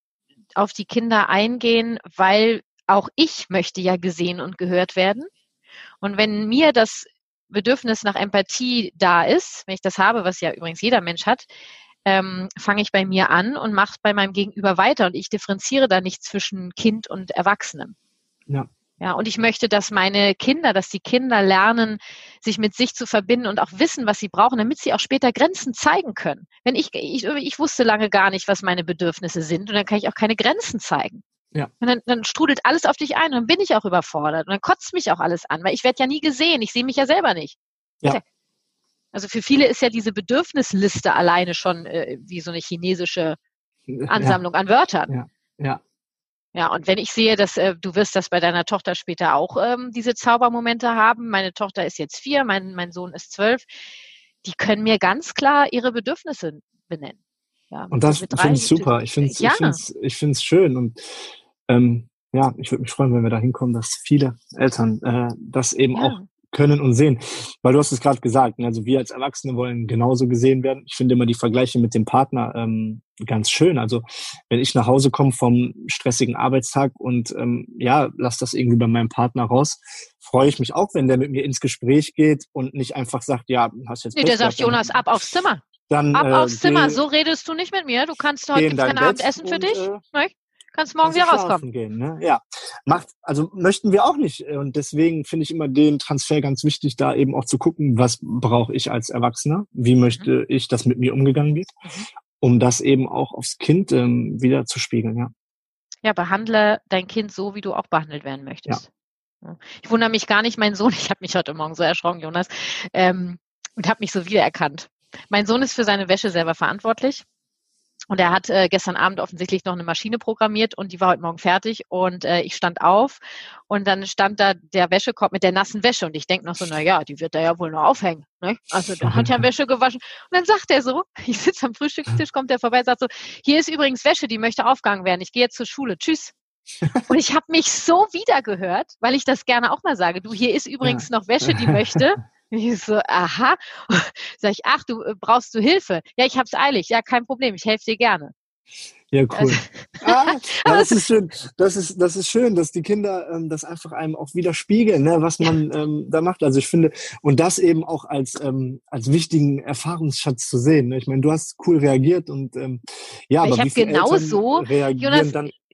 auf die Kinder eingehen, weil auch ich möchte ja gesehen und gehört werden. Und wenn mir das Bedürfnis nach Empathie da ist, wenn ich das habe, was ja übrigens jeder Mensch hat, ähm, fange ich bei mir an und mache bei meinem Gegenüber weiter. Und ich differenziere da nicht zwischen Kind und Erwachsenem. Ja. Ja, und ich möchte, dass meine Kinder, dass die Kinder lernen, sich mit sich zu verbinden und auch wissen, was sie brauchen, damit sie auch später Grenzen zeigen können. Wenn ich, ich, ich wusste lange gar nicht, was meine Bedürfnisse sind und dann kann ich auch keine Grenzen zeigen. Ja. Und dann, dann strudelt alles auf dich ein und dann bin ich auch überfordert und dann kotzt mich auch alles an, weil ich werde ja nie gesehen, ich sehe mich ja selber nicht. Ja. Also für viele ist ja diese Bedürfnisliste alleine schon äh, wie so eine chinesische Ansammlung ja. an Wörtern. Ja. Ja. Ja, und wenn ich sehe, dass äh, du wirst das bei deiner Tochter später auch ähm, diese Zaubermomente haben, meine Tochter ist jetzt vier, mein, mein Sohn ist zwölf, die können mir ganz klar ihre Bedürfnisse benennen. Ja, und das mit finde ich super. Ich finde es ja. ich find's, ich find's schön und ähm, ja, ich würde mich freuen, wenn wir da hinkommen, dass viele Eltern äh, das eben ja. auch können und sehen. Weil du hast es gerade gesagt, also wir als Erwachsene wollen genauso gesehen werden. Ich finde immer die Vergleiche mit dem Partner ähm, ganz schön. Also wenn ich nach Hause komme vom stressigen Arbeitstag und ähm, ja, lass das irgendwie bei meinem Partner raus, freue ich mich auch, wenn der mit mir ins Gespräch geht und nicht einfach sagt, ja, hast jetzt Nee, Pech der sagt, gehabt, Jonas, ab aufs Zimmer. Dann, ab äh, aufs Zimmer, geh, so redest du nicht mit mir. Du kannst heute gibt's kein Abendessen für und, dich. Äh, ne? Kannst morgen wieder rauskommen. Gehen, ne? Ja, macht, also möchten wir auch nicht. Und deswegen finde ich immer den Transfer ganz wichtig, da eben auch zu gucken, was brauche ich als Erwachsener? Wie möchte mhm. ich, dass mit mir umgegangen wird? Mhm. Um das eben auch aufs Kind ähm, wieder zu spiegeln, ja. Ja, behandle dein Kind so, wie du auch behandelt werden möchtest. Ja. Ich wundere mich gar nicht, mein Sohn, ich habe mich heute Morgen so erschrocken, Jonas, ähm, und habe mich so wiedererkannt. Mein Sohn ist für seine Wäsche selber verantwortlich. Und er hat äh, gestern Abend offensichtlich noch eine Maschine programmiert und die war heute Morgen fertig und äh, ich stand auf und dann stand da der Wäschekorb mit der nassen Wäsche und ich denke noch so, na ja, die wird da ja wohl noch aufhängen. Ne? Also da hat ja Wäsche gewaschen. Und dann sagt er so, ich sitze am Frühstückstisch, kommt er vorbei, sagt so, hier ist übrigens Wäsche, die möchte aufgehangen werden. Ich gehe jetzt zur Schule. Tschüss. Und ich habe mich so wiedergehört, weil ich das gerne auch mal sage. Du, hier ist übrigens noch Wäsche, die möchte. Ich so, aha. Sag ich, ach, du brauchst du Hilfe? Ja, ich hab's eilig. Ja, kein Problem. Ich helfe dir gerne. Ja, cool. Ah, ja, das ist schön. Das ist, das ist schön, dass die Kinder ähm, das einfach einem auch widerspiegeln, ne, was man ähm, da macht. Also ich finde, und das eben auch als ähm, als wichtigen Erfahrungsschatz zu sehen. Ne? Ich meine, du hast cool reagiert und ähm, ja, ich aber wie viele genau Eltern so, reagieren Jonas, dann?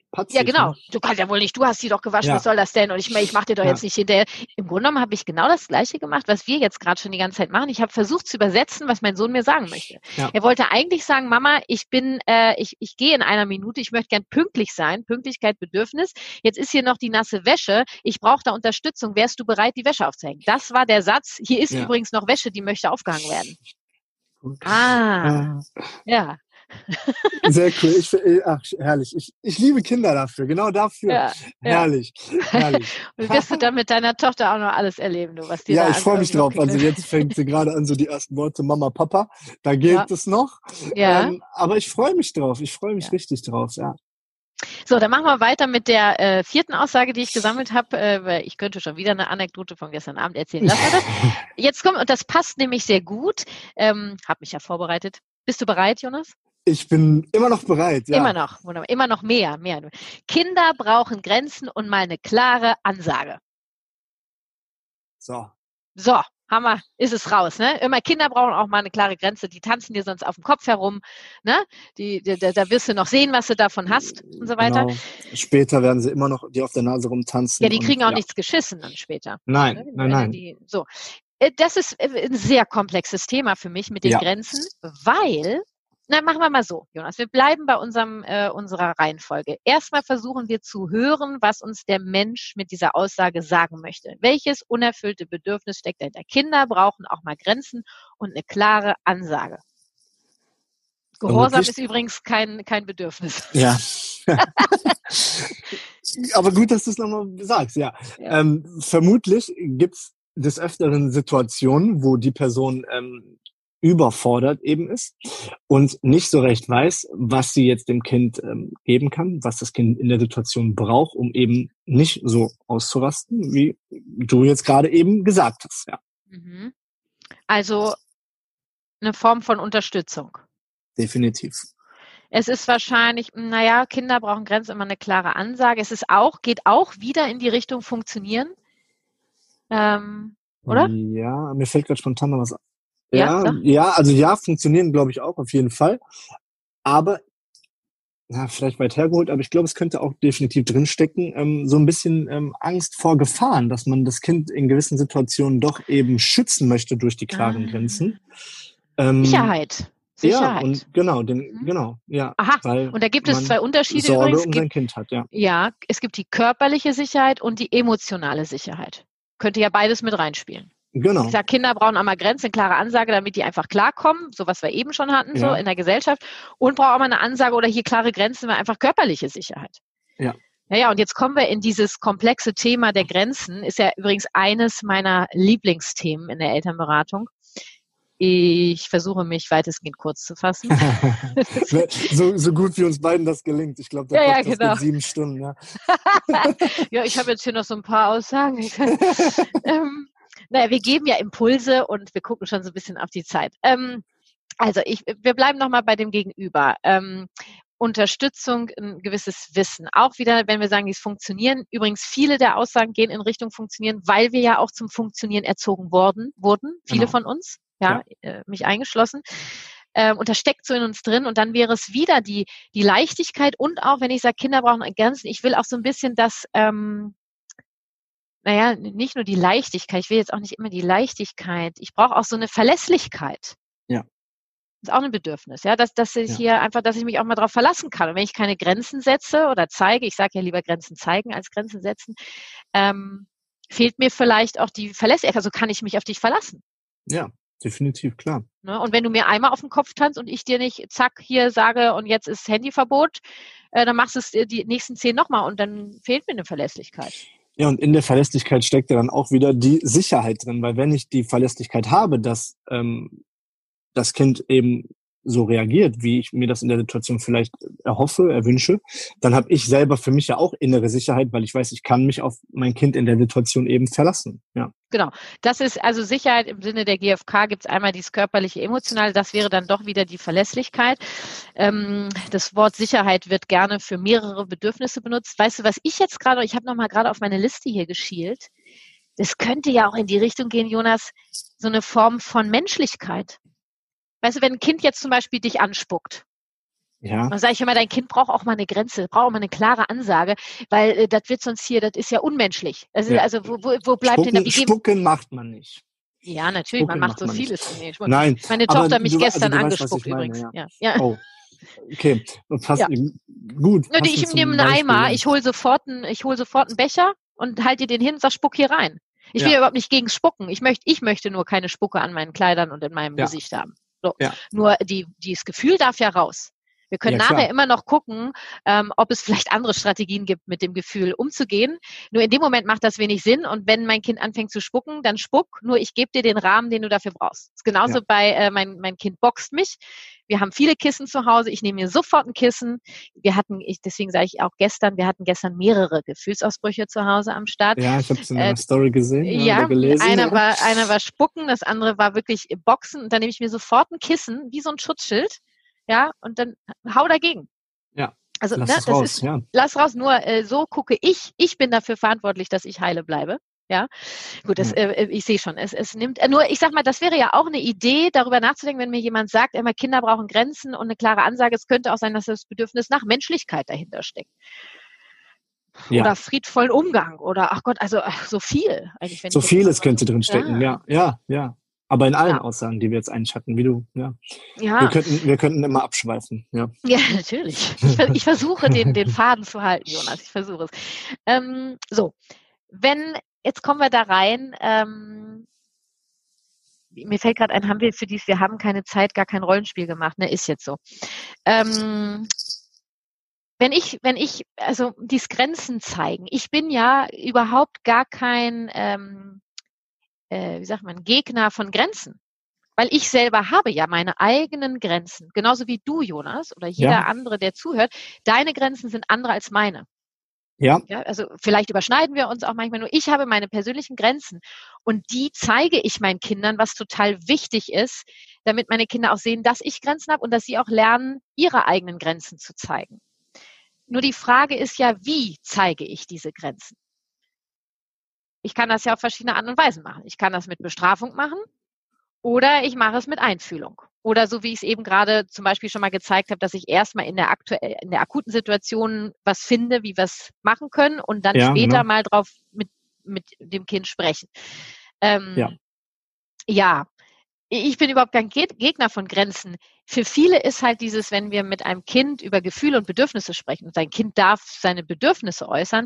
patzig. Ja, genau. Ne? Du kannst ja wohl nicht, du hast die doch gewaschen, Ja. was soll das denn? Und ich meine, ich mache dir doch Ja. jetzt nicht hinterher. Im Grunde genommen habe ich genau das Gleiche gemacht, was wir jetzt gerade schon die ganze Zeit machen. Ich habe versucht zu übersetzen, was mein Sohn mir sagen möchte. Ja. Er wollte eigentlich sagen, Mama, ich bin, äh, ich, ich gehe in einer Minute, ich möchte gern pünktlich sein, Pünktlichkeit, Bedürfnis. Jetzt ist hier noch die nasse Wäsche, ich brauche da Unterstützung, wärst du bereit, die Wäsche aufzuhängen? Das war der Satz. Hier ist Ja. übrigens noch Wäsche, die möchte aufgehangen werden. Gut. Ah, Äh, ja. Sehr cool. Ich, ach, herrlich. Ich, ich liebe Kinder dafür. Genau dafür. Ja, herrlich. ja. Herrlich. Und wirst du dann mit deiner Tochter auch noch alles erleben, du, was dir Ja, da ich freue mich drauf. Also jetzt fängt sie gerade an, so die ersten Worte Mama, Papa. Da geht ja. es noch. Ja. Ähm, aber ich freue mich drauf. Ich freue mich ja. richtig drauf. Ja. So, dann machen wir weiter mit der äh, vierten Aussage, die ich gesammelt habe, äh, weil ich könnte schon wieder eine Anekdote von gestern Abend erzählen. Lassen wir das. Jetzt kommt, und das passt nämlich sehr gut. Ähm, habe mich ja vorbereitet. Bist du bereit, Jonas? Ich bin immer noch bereit. Ja. Immer noch, wunderbar. Immer noch mehr, mehr. Kinder brauchen Grenzen und mal eine klare Ansage. So. So, Hammer, ist es raus, ne? Immer Kinder brauchen auch mal eine klare Grenze, die tanzen dir sonst auf dem Kopf herum, ne? Die, die, da wirst du noch sehen, was du davon hast und so weiter. Genau. Später werden sie immer noch dir auf der Nase rumtanzen. Ja, die kriegen und, auch ja. nichts geschissen dann später. Nein, ne? nein, nein. Die, so. Das ist ein sehr komplexes Thema für mich mit den Ja. Grenzen, weil, na, machen wir mal so, Jonas, wir bleiben bei unserem, äh, unserer Reihenfolge. Erstmal versuchen wir zu hören, was uns der Mensch mit dieser Aussage sagen möchte. Welches unerfüllte Bedürfnis steckt dahinter? Kinder brauchen auch mal Grenzen und eine klare Ansage. Gehorsam ist übrigens kein, kein Bedürfnis. Ja. Aber gut, dass du es nochmal sagst, ja. ja. Ähm, vermutlich gibt's des Öfteren Situationen, wo die Person ähm, überfordert eben ist und nicht so recht weiß, was sie jetzt dem Kind ähm, geben kann, was das Kind in der Situation braucht, um eben nicht so auszurasten, wie du jetzt gerade eben gesagt hast. Ja. Mhm. Also eine Form von Unterstützung. Definitiv. Es ist wahrscheinlich, naja, Kinder brauchen Grenzen, immer eine klare Ansage. Es ist auch, geht auch wieder in die Richtung funktionieren. Ähm, oder? Ja, mir fällt gerade spontan noch was an. Ja, ja, ja, also ja, funktionieren glaube ich auch auf jeden Fall. Aber, ja, vielleicht weit hergeholt, aber ich glaube, es könnte auch definitiv drinstecken, ähm, so ein bisschen ähm, Angst vor Gefahren, dass man das Kind in gewissen Situationen doch eben schützen möchte durch die klaren ah. Grenzen. Ähm, Sicherheit. Sicherheit. Ja, und genau, den, mhm. genau, ja. Aha, weil und da gibt es zwei Unterschiede Sorge übrigens. um sein Kind hat, ja. Ja, es gibt die körperliche Sicherheit und die emotionale Sicherheit. Könnte ja beides mit reinspielen. Genau. Ich sage, Kinder brauchen einmal Grenzen, eine klare Ansage, damit die einfach klarkommen, so was wir eben schon hatten, ja. so in der Gesellschaft. Und brauchen auch mal eine Ansage oder hier klare Grenzen, weil einfach körperliche Sicherheit. Ja. Naja, und jetzt kommen wir in dieses komplexe Thema der Grenzen. Ist ja übrigens eines meiner Lieblingsthemen in der Elternberatung. Ich versuche mich weitestgehend kurz zu fassen. so, so gut wie uns beiden das gelingt. Ich glaube, der ja, Podcast ja, genau. geht sieben Stunden. Ja, ja ich habe jetzt hier noch so ein paar Aussagen. ähm, naja, wir geben ja Impulse und wir gucken schon so ein bisschen auf die Zeit. Ähm, also ich, wir bleiben nochmal bei dem Gegenüber. Ähm, Unterstützung, ein gewisses Wissen. Auch wieder, wenn wir sagen, die funktionieren. Übrigens, viele der Aussagen gehen in Richtung Funktionieren, weil wir ja auch zum Funktionieren erzogen worden, wurden. Viele genau. von uns. Ja, ja. Äh, mich eingeschlossen. Ähm, und das steckt so in uns drin. Und dann wäre es wieder die, die Leichtigkeit und auch, wenn ich sage, Kinder brauchen Grenzen, ich will auch so ein bisschen das, ähm, naja, nicht nur die Leichtigkeit, ich will jetzt auch nicht immer die Leichtigkeit, ich brauche auch so eine Verlässlichkeit. Ja. Das ist auch ein Bedürfnis, ja, dass, dass ich ja. hier einfach, dass ich mich auch mal drauf verlassen kann. Und wenn ich keine Grenzen setze oder zeige, ich sage ja lieber Grenzen zeigen als Grenzen setzen, ähm, fehlt mir vielleicht auch die Verlässlichkeit, also kann ich mich auf dich verlassen. Ja. Definitiv, klar. Ne? Und wenn du mir einmal auf den Kopf tanzt und ich dir nicht, zack, hier sage, und jetzt ist Handyverbot, äh, dann machst du es die nächsten zehn nochmal und dann fehlt mir eine Verlässlichkeit. Ja, und in der Verlässlichkeit steckt ja dann auch wieder die Sicherheit drin, weil wenn ich die Verlässlichkeit habe, dass ähm, das Kind eben so reagiert, wie ich mir das in der Situation vielleicht erhoffe, erwünsche, dann habe ich selber für mich ja auch innere Sicherheit, weil ich weiß, ich kann mich auf mein Kind in der Situation eben verlassen. Ja. Genau. Das ist also Sicherheit im Sinne der G F K, gibt es einmal dieses körperliche, emotionale, das wäre dann doch wieder die Verlässlichkeit. Ähm, das Wort Sicherheit wird gerne für mehrere Bedürfnisse benutzt. Weißt du, was ich jetzt gerade, ich habe nochmal gerade auf meine Liste hier geschielt, das könnte ja auch in die Richtung gehen, Jonas, so eine Form von Menschlichkeit. Weißt du, wenn ein Kind jetzt zum Beispiel dich anspuckt, Ja. Dann sage ich immer, dein Kind braucht auch mal eine Grenze, braucht auch mal eine klare Ansage, weil äh, das wird sonst hier, das ist ja unmenschlich. Also, Ja. also wo, wo, wo bleibt Spucken, denn da? Wie geben? Spucken macht man nicht. Ja, natürlich, man Spucken macht macht so man nicht. vieles. Nee, Nein, meine aber Tochter hat mich du, also gestern du weißt, was angespuckt ich meine, übrigens. ja. Ja, ja. Oh, okay. Pass, Ja. Gut, Ja, passend ich nehme zum einen Beispiel. Eimer, Ja. ich hole sofort einen, ich hole sofort einen Becher und halte dir den hin und sag, spuck hier rein. Ich will Ja. ja überhaupt nicht gegen Spucken. Ich möchte, ich möchte nur keine Spucke an meinen Kleidern und in meinem Ja. Gesicht haben. So. Ja. Nur die, dieses Gefühl darf ja raus. Wir können Ja, nachher klar. immer noch gucken, ähm, ob es vielleicht andere Strategien gibt, mit dem Gefühl umzugehen. Nur in dem Moment macht das wenig Sinn. Und wenn mein Kind anfängt zu spucken, dann spuck. Nur ich gebe dir den Rahmen, den du dafür brauchst. Das ist genauso Ja. bei, äh, mein, mein Kind boxt mich. Wir haben viele Kissen zu Hause. Ich nehme mir sofort ein Kissen. Wir hatten, ich, deswegen sage ich auch gestern, wir hatten gestern mehrere Gefühlsausbrüche zu Hause am Start. Ja, ich habe es in Äh, deiner Story gesehen ja, ja, oder gelesen. einer Ja. war, einer war Spucken, das andere war wirklich Boxen. Und dann nehme ich mir sofort ein Kissen, wie so ein Schutzschild. Ja, und dann hau dagegen. Ja. Also, Lass ne, es das raus, ist, ja. lass raus, nur äh, so gucke ich, ich bin dafür verantwortlich, dass ich heile bleibe. Ja, gut, das, Ja. äh, ich sehe schon, es, es nimmt, äh, nur ich sag mal, das wäre ja auch eine Idee, darüber nachzudenken, wenn mir jemand sagt, immer Kinder brauchen Grenzen und eine klare Ansage, es könnte auch sein, dass das Bedürfnis nach Menschlichkeit dahinter steckt. Ja. Oder friedvollen Umgang oder, ach Gott, also ach, so viel eigentlich. Wenn So ich jetzt vieles mal könnte so, drin stecken, ja, ja, ja, ja. Aber in allen ja, Aussagen, die wir jetzt eigentlich hatten, wie du, ja. ja, Wir könnten, wir könnten immer abschweifen, ja. ja, natürlich. Ich, ver- ich versuche, den, den Faden zu halten, Jonas, ich versuche es. Ähm, so, wenn, jetzt kommen wir da rein, ähm, mir fällt gerade ein, haben wir für dies, wir haben keine Zeit, gar kein Rollenspiel gemacht, ne, ist jetzt so. Ähm, wenn ich, wenn ich, also dies Grenzen zeigen, ich bin ja überhaupt gar kein, ähm, äh, wie sagt man, Gegner von Grenzen. Weil ich selber habe ja meine eigenen Grenzen. Genauso wie du, Jonas, oder jeder Ja, andere, der zuhört. Deine Grenzen sind andere als meine. ja, Ja, also vielleicht überschneiden wir uns auch manchmal, nur ich habe meine persönlichen Grenzen und die zeige ich meinen Kindern, was total wichtig ist, damit meine Kinder auch sehen, dass ich Grenzen habe und dass sie auch lernen, ihre eigenen Grenzen zu zeigen. Nur die Frage ist ja, wie zeige ich diese Grenzen? Ich kann das ja auf verschiedene Arten und Weisen machen. Ich kann das mit Bestrafung machen oder ich mache es mit Einfühlung. Oder so wie ich es eben gerade zum Beispiel schon mal gezeigt habe, dass ich erstmal in der aktuell, in der akuten Situation was finde, wie wir es machen können und dann ja, später genau. mal drauf mit, mit dem Kind sprechen. Ähm, Ja. ja, ich bin überhaupt kein Gegner von Grenzen. Für viele ist halt dieses, wenn wir mit einem Kind über Gefühle und Bedürfnisse sprechen und sein Kind darf seine Bedürfnisse äußern,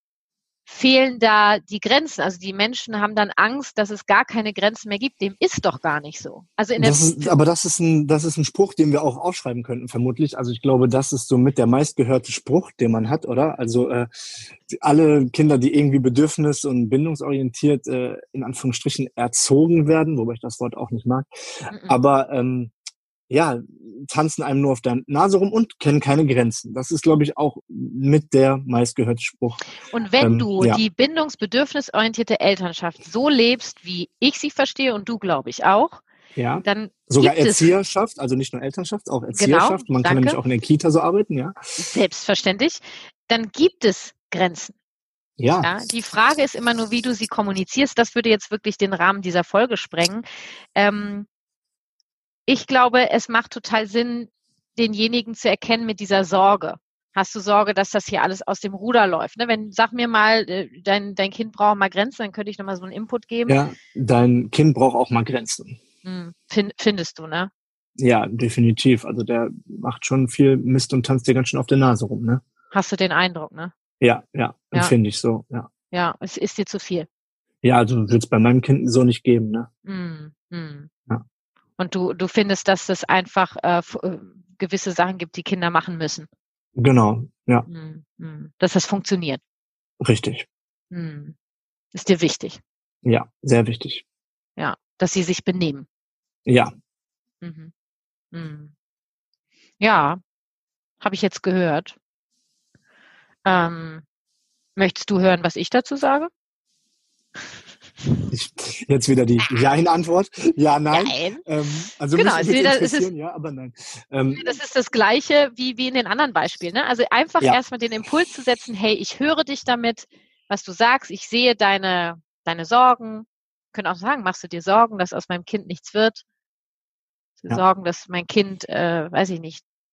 fehlen da die Grenzen. Also die Menschen haben dann Angst, dass es gar keine Grenzen mehr gibt. Dem ist doch gar nicht so. Also in der Das ist, aber das ist ein, das ist ein Spruch, den wir auch aufschreiben könnten, vermutlich. Also ich glaube, das ist somit der meistgehörte Spruch, den man hat, oder? Also äh, alle Kinder, die irgendwie bedürfnis- und bindungsorientiert äh, in Anführungsstrichen erzogen werden, wobei ich das Wort auch nicht mag, Mhm. aber ähm, ja, tanzen einem nur auf der Nase rum und kennen keine Grenzen. Das ist, glaube ich, auch mit der meistgehörte Spruch. Und wenn Ähm, du ja. die bindungsbedürfnisorientierte Elternschaft so lebst, wie ich sie verstehe und du, glaube ich, auch, Ja, dann sogar gibt es, Erzieherschaft, also nicht nur Elternschaft, auch genau, Erzieherschaft. Man kann danke, nämlich auch in der Kita so arbeiten, ja. selbstverständlich, dann gibt es Grenzen. Ja, Ja, die Frage ist immer nur, wie du sie kommunizierst. Das würde jetzt wirklich den Rahmen dieser Folge sprengen. Ähm, ich glaube, es macht total Sinn, denjenigen zu erkennen mit dieser Sorge. Hast du Sorge, dass das hier alles aus dem Ruder läuft? Ne? Wenn, sag mir mal, äh, dein, dein Kind braucht mal Grenzen, dann könnte ich nochmal so einen Input geben. ja, dein Kind braucht auch mal Grenzen. Hm, find, findest du, ne? Ja, definitiv. Also der macht schon viel Mist und tanzt dir ganz schön auf der Nase rum, ne? Hast du den Eindruck, ne? Ja, ja, Ja. empfinde ich so, ja. Ja, es ist dir zu viel. Ja, also würde es bei meinem Kind so nicht geben, ne? Hm, hm. Ja. Und du, du findest, dass es einfach äh, f- äh, gewisse Sachen gibt, die Kinder machen müssen. Genau, ja, Hm, hm. Dass das funktioniert. richtig. Hm. Ist dir wichtig. Ja, sehr wichtig. Ja, dass sie sich benehmen. Ja, Mhm. Hm. Ja, habe ich jetzt gehört. Ähm, möchtest du hören, was ich dazu sage? ich, jetzt wieder die Ja-in-Antwort. Ja, nein. Nein. Ähm, also Genau, mich es würde ist wieder- es interessieren, ist- ja, aber nein. Ähm, Das ist das Gleiche wie, wie in den anderen Beispielen. Ne? Also einfach Ja. erstmal den Impuls zu setzen, hey, ich höre dich damit, was du sagst, ich sehe deine, deine Sorgen. Können auch sagen, machst du dir Sorgen, dass aus meinem Kind nichts wird? Ja. Sorgen, dass mein Kind, äh, weiß ich nicht,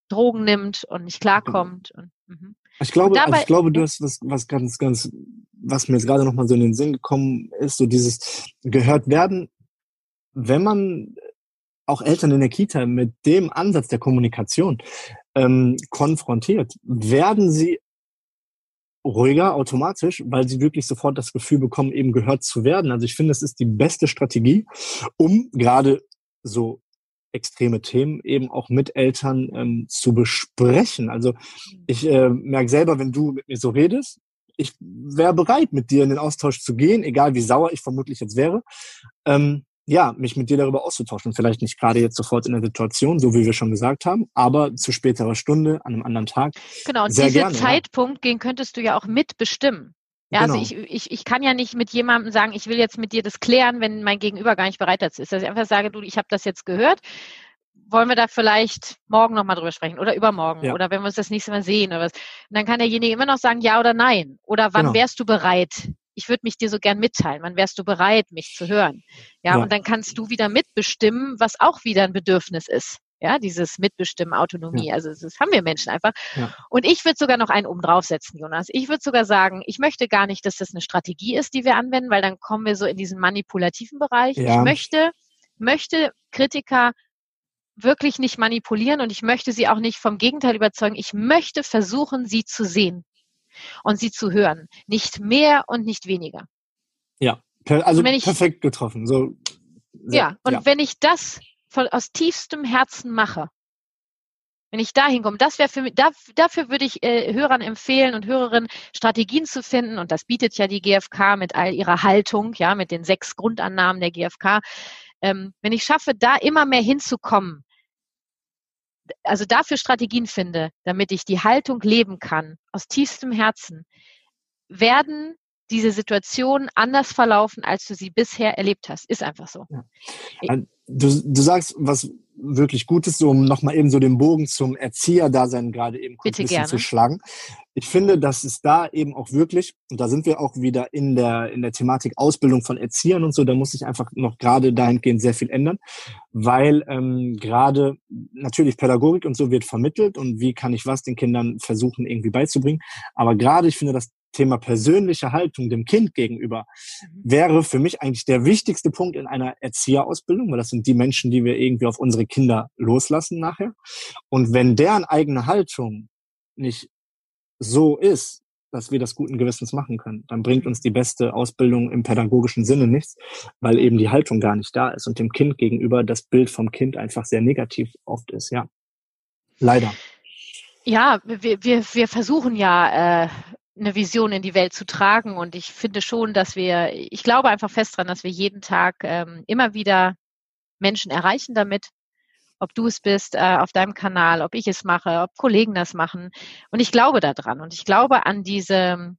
Drogen nimmt und nicht klarkommt. Und, mhm. Ich glaube, und dabei, also ich glaube, du hast was, was ganz, ganz, was mir jetzt gerade nochmal so in den Sinn gekommen ist, so dieses gehört werden, wenn man auch Eltern in der Kita mit dem Ansatz der Kommunikation ähm, konfrontiert, werden sie ruhiger automatisch, weil sie wirklich sofort das Gefühl bekommen, eben gehört zu werden. Also ich finde, das ist die beste Strategie, um gerade so extreme Themen eben auch mit Eltern ähm, zu besprechen. Also ich äh, merke selber, wenn du mit mir so redest, ich wäre bereit, mit dir in den Austausch zu gehen, egal wie sauer ich vermutlich jetzt wäre. Ähm, ja, mich mit dir darüber auszutauschen. Vielleicht nicht gerade jetzt sofort in der Situation, so wie wir schon gesagt haben, aber zu späterer Stunde, an einem anderen Tag. Genau, und sehr diesen gerne, Zeitpunkt, ja. Den könntest du ja auch mitbestimmen. Ja, genau. Also ich, ich, ich kann ja nicht mit jemandem sagen, ich will jetzt mit dir das klären, wenn mein Gegenüber gar nicht bereit dazu ist. Dass ich einfach sage, du, ich habe das jetzt gehört, wollen wir da vielleicht morgen nochmal drüber sprechen oder übermorgen, ja. Oder wenn wir uns das nächste Mal sehen oder was. Und dann kann derjenige immer noch sagen, ja oder nein. Oder wann genau. wärst du bereit? Ich würde mich dir so gern mitteilen. Wann wärst du bereit, mich zu hören? Ja, ja, und dann kannst du wieder mitbestimmen, was auch wieder ein Bedürfnis ist. Ja, dieses Mitbestimmen, Autonomie. Ja. Also das haben wir Menschen einfach. Ja. Und ich würde sogar noch einen oben draufsetzen, Jonas. Ich würde sogar sagen, ich möchte gar nicht, dass das eine Strategie ist, die wir anwenden, weil dann kommen wir so in diesen manipulativen Bereich. Ja. Ich möchte, möchte Kritiker wirklich nicht manipulieren und ich möchte sie auch nicht vom Gegenteil überzeugen. Ich möchte versuchen, sie zu sehen und sie zu hören. Nicht mehr und nicht weniger. Ja, per, also ich, perfekt getroffen. So, sehr, ja, und ja. wenn ich das von, aus tiefstem Herzen mache, wenn ich da hinkomme, das wäre für mich, da, dafür würde ich äh, Hörern empfehlen und Hörerinnen, Strategien zu finden, und das bietet ja die G F K mit all ihrer Haltung, ja, mit den sechs Grundannahmen der G F K. Ähm, wenn ich schaffe, da immer mehr hinzukommen, also dafür Strategien finde, damit ich die Haltung leben kann, aus tiefstem Herzen, werden diese Situationen anders verlaufen, als du sie bisher erlebt hast. Ist einfach so. Ja. Du, du sagst was wirklich Gutes, so um nochmal eben so den Bogen zum Erzieherdasein gerade eben kurz ein bisschen gerne zu schlagen. Ich finde, dass es da eben auch wirklich, und da sind wir auch wieder in der in der Thematik Ausbildung von Erziehern und so, da muss sich einfach noch gerade dahingehend sehr viel ändern, weil ähm, gerade natürlich Pädagogik und so wird vermittelt und wie kann ich was den Kindern versuchen irgendwie beizubringen, aber gerade ich finde, das Thema persönliche Haltung dem Kind gegenüber wäre für mich eigentlich der wichtigste Punkt in einer Erzieherausbildung, weil das sind die Menschen, die wir irgendwie auf unsere Kinder loslassen nachher. Und wenn deren eigene Haltung nicht so ist, dass wir das guten Gewissens machen können, dann bringt uns die beste Ausbildung im pädagogischen Sinne nichts, weil eben die Haltung gar nicht da ist und dem Kind gegenüber das Bild vom Kind einfach sehr negativ oft ist, ja. Leider. Ja, wir, wir, wir versuchen ja, äh, eine Vision in die Welt zu tragen. Und ich finde schon, dass wir, ich glaube einfach fest dran, dass wir jeden Tag ähm, immer wieder Menschen erreichen damit. Ob du es bist äh, auf deinem Kanal, ob ich es mache, ob Kollegen das machen. Und ich glaube daran. Und ich glaube an diese,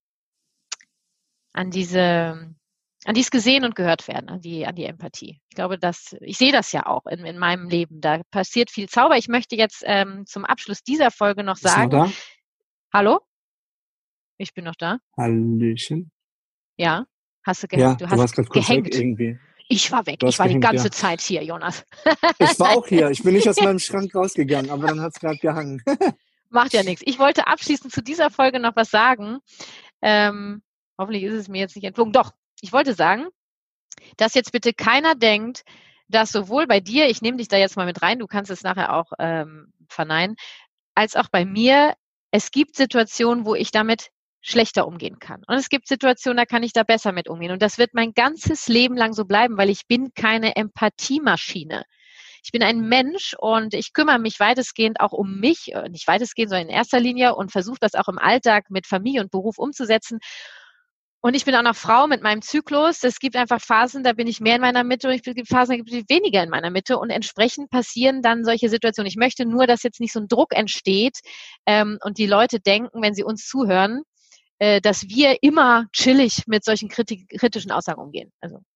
an diese, an dieses gesehen und gehört werden, an die, an die Empathie. Ich glaube, dass, ich sehe das ja auch in, in meinem Leben. Da passiert viel Zauber. Ich möchte jetzt ähm, zum Abschluss dieser Folge noch sagen. Bist du da? Hallo? Ich bin noch da. Hallöchen. Ja, hast du gehängt? Ja, du hast du warst gerade kurz gehängt. Weg irgendwie. Ich war weg. Ich war gehängt, die ganze ja. Zeit hier, Jonas. Ich war auch hier. Ich bin nicht aus meinem Schrank rausgegangen, aber dann hat es gerade gehangen. Macht ja nichts. Ich wollte abschließend zu dieser Folge noch was sagen. Ähm, hoffentlich ist es mir jetzt nicht entflogen. Doch, ich wollte sagen, dass jetzt bitte keiner denkt, dass sowohl bei dir, ich nehme dich da jetzt mal mit rein, du kannst es nachher auch ähm, verneinen, als auch bei mir, es gibt Situationen, wo ich damit schlechter umgehen kann. Und es gibt Situationen, da kann ich da besser mit umgehen. Und das wird mein ganzes Leben lang so bleiben, weil ich bin keine Empathiemaschine. Ich bin ein Mensch und ich kümmere mich weitestgehend auch um mich, nicht weitestgehend, sondern in erster Linie und versuche das auch im Alltag mit Familie und Beruf umzusetzen. Und ich bin auch noch Frau mit meinem Zyklus. Es gibt einfach Phasen, da bin ich mehr in meiner Mitte und es gibt Phasen, da gibt es weniger in meiner Mitte. Und entsprechend passieren dann solche Situationen. Ich möchte nur, dass jetzt nicht so ein Druck entsteht ähm, und die Leute denken, wenn sie uns zuhören, äh, dass wir immer chillig mit solchen kriti- kritischen Aussagen umgehen. Also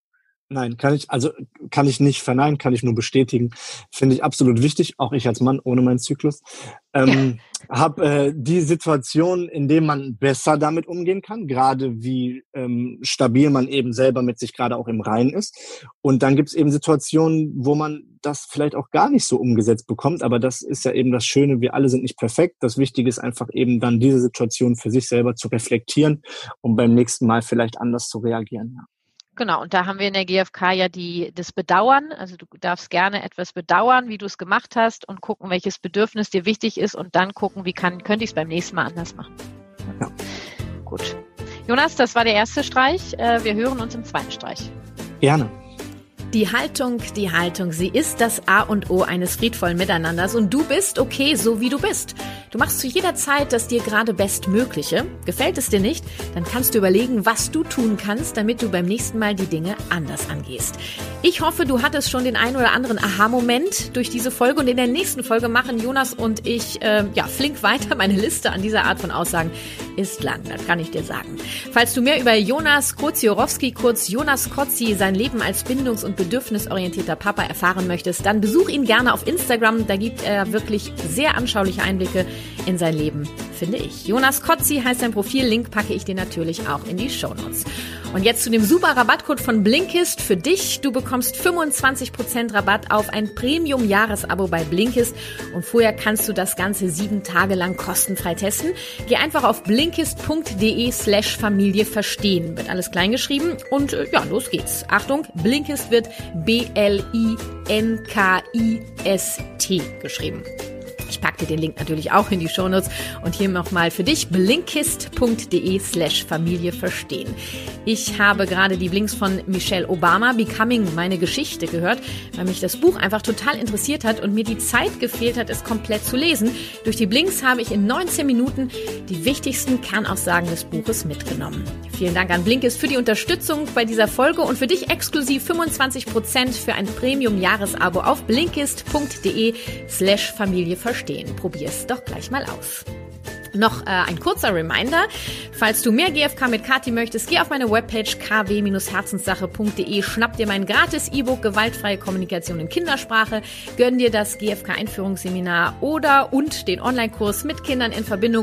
Nein, kann ich, also kann ich nicht verneinen, kann ich nur bestätigen. Finde ich absolut wichtig, auch ich als Mann ohne meinen Zyklus. Ähm, habe äh, die Situation, in dem man besser damit umgehen kann, gerade wie ähm, stabil man eben selber mit sich gerade auch im Reinen ist. Und dann gibt es eben Situationen, wo man das vielleicht auch gar nicht so umgesetzt bekommt. Aber das ist ja eben das Schöne, wir alle sind nicht perfekt. Das Wichtige ist einfach eben dann diese Situation für sich selber zu reflektieren, um beim nächsten Mal vielleicht anders zu reagieren. Ja. Genau, und da haben wir in der G F K ja die, das Bedauern. Also du darfst gerne etwas bedauern, wie du es gemacht hast und gucken, welches Bedürfnis dir wichtig ist und dann gucken, wie kann, könnte ich es beim nächsten Mal anders machen. Ja. Gut. Jonas, das war der erste Streich. Wir hören uns im zweiten Streich. Gerne. Die Haltung, die Haltung, sie ist das A und O eines friedvollen Miteinanders und du bist okay, so wie du bist. Du machst zu jeder Zeit das dir gerade Bestmögliche. Gefällt es dir nicht, dann kannst du überlegen, was du tun kannst, damit du beim nächsten Mal die Dinge anders angehst. Ich hoffe, du hattest schon den einen oder anderen Aha-Moment durch diese Folge und in der nächsten Folge machen Jonas und ich äh, ja flink weiter. Meine Liste an dieser Art von Aussagen ist lang, das kann ich dir sagen. Falls du mehr über Jonas Koziorowski, kurz Jonas Kotzi, sein Leben als Bindungs- und bedürfnisorientierter Papa erfahren möchtest, dann besuch ihn gerne auf Instagram. Da gibt er wirklich sehr anschauliche Einblicke in sein Leben, finde ich. Jonas Kotzi heißt sein Profil. Link packe ich dir natürlich auch in die Shownotes. Und jetzt zu dem super Rabattcode von Blinkist für dich. Du bekommst fünfundzwanzig Prozent Rabatt auf ein Premium-Jahresabo bei Blinkist. Und vorher kannst du das Ganze sieben Tage lang kostenfrei testen. Geh einfach auf blinkist.de slash Familie verstehen. Wird alles klein geschrieben. Und äh, ja, los geht's. Achtung, Blinkist wird B L I N K I S T geschrieben. Ich packe dir den Link natürlich auch in die Shownotes und hier nochmal für dich blinkist.de slash Familie verstehen. Ich habe gerade die Blinks von Michelle Obama, Becoming, meine Geschichte gehört, weil mich das Buch einfach total interessiert hat und mir die Zeit gefehlt hat, es komplett zu lesen. Durch die Blinks habe ich in neunzehn Minuten die wichtigsten Kernaussagen des Buches mitgenommen. Vielen Dank an Blinkist für die Unterstützung bei dieser Folge und für dich exklusiv fünfundzwanzig Prozent für ein Premium-Jahresabo auf blinkist.de slash Familie verstehen. Probier es doch gleich mal aus. Noch äh, ein kurzer Reminder, falls du mehr G F K mit Kathi möchtest, geh auf meine Webpage k w herzenssache punkt de, schnapp dir mein gratis E-Book Gewaltfreie Kommunikation in Kindersprache, gönn dir das G F K-Einführungsseminar oder und den Online-Kurs mit Kindern in Verbindung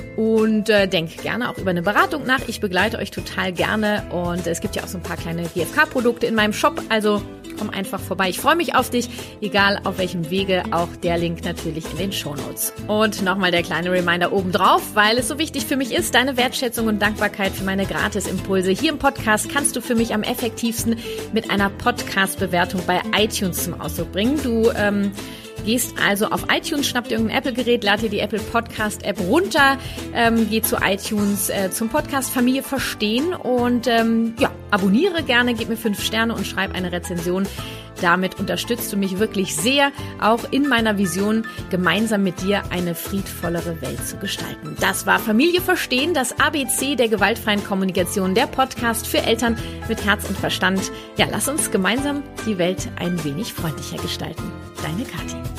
und äh, denk gerne auch über eine Beratung nach. Ich begleite euch total gerne und es gibt ja auch so ein paar kleine G F K-Produkte in meinem Shop, also komm einfach vorbei. Ich freue mich auf dich, egal auf welchem Wege, auch der Link natürlich in den Shownotes. Und nochmal der kleine Reminder oben drauf, weil es so wichtig für mich ist, deine Wertschätzung und Dankbarkeit für meine Gratisimpulse. Hier im Podcast kannst du für mich am effektivsten mit einer Podcast-Bewertung bei iTunes zum Ausdruck bringen. Du ähm, gehst also auf iTunes, schnapp dir irgendein Apple-Gerät, lad dir die Apple Podcast-App runter, ähm, geh zu iTunes äh, zum Podcast Familie verstehen und ähm, ja, abonniere gerne, gib mir fünf Sterne und schreib eine Rezension. Damit unterstützt du mich wirklich sehr, auch in meiner Vision, gemeinsam mit dir eine friedvollere Welt zu gestalten. Das war Familie verstehen, das A B C der gewaltfreien Kommunikation, der Podcast für Eltern mit Herz und Verstand. Ja, lass uns gemeinsam die Welt ein wenig freundlicher gestalten. Deine Kathi.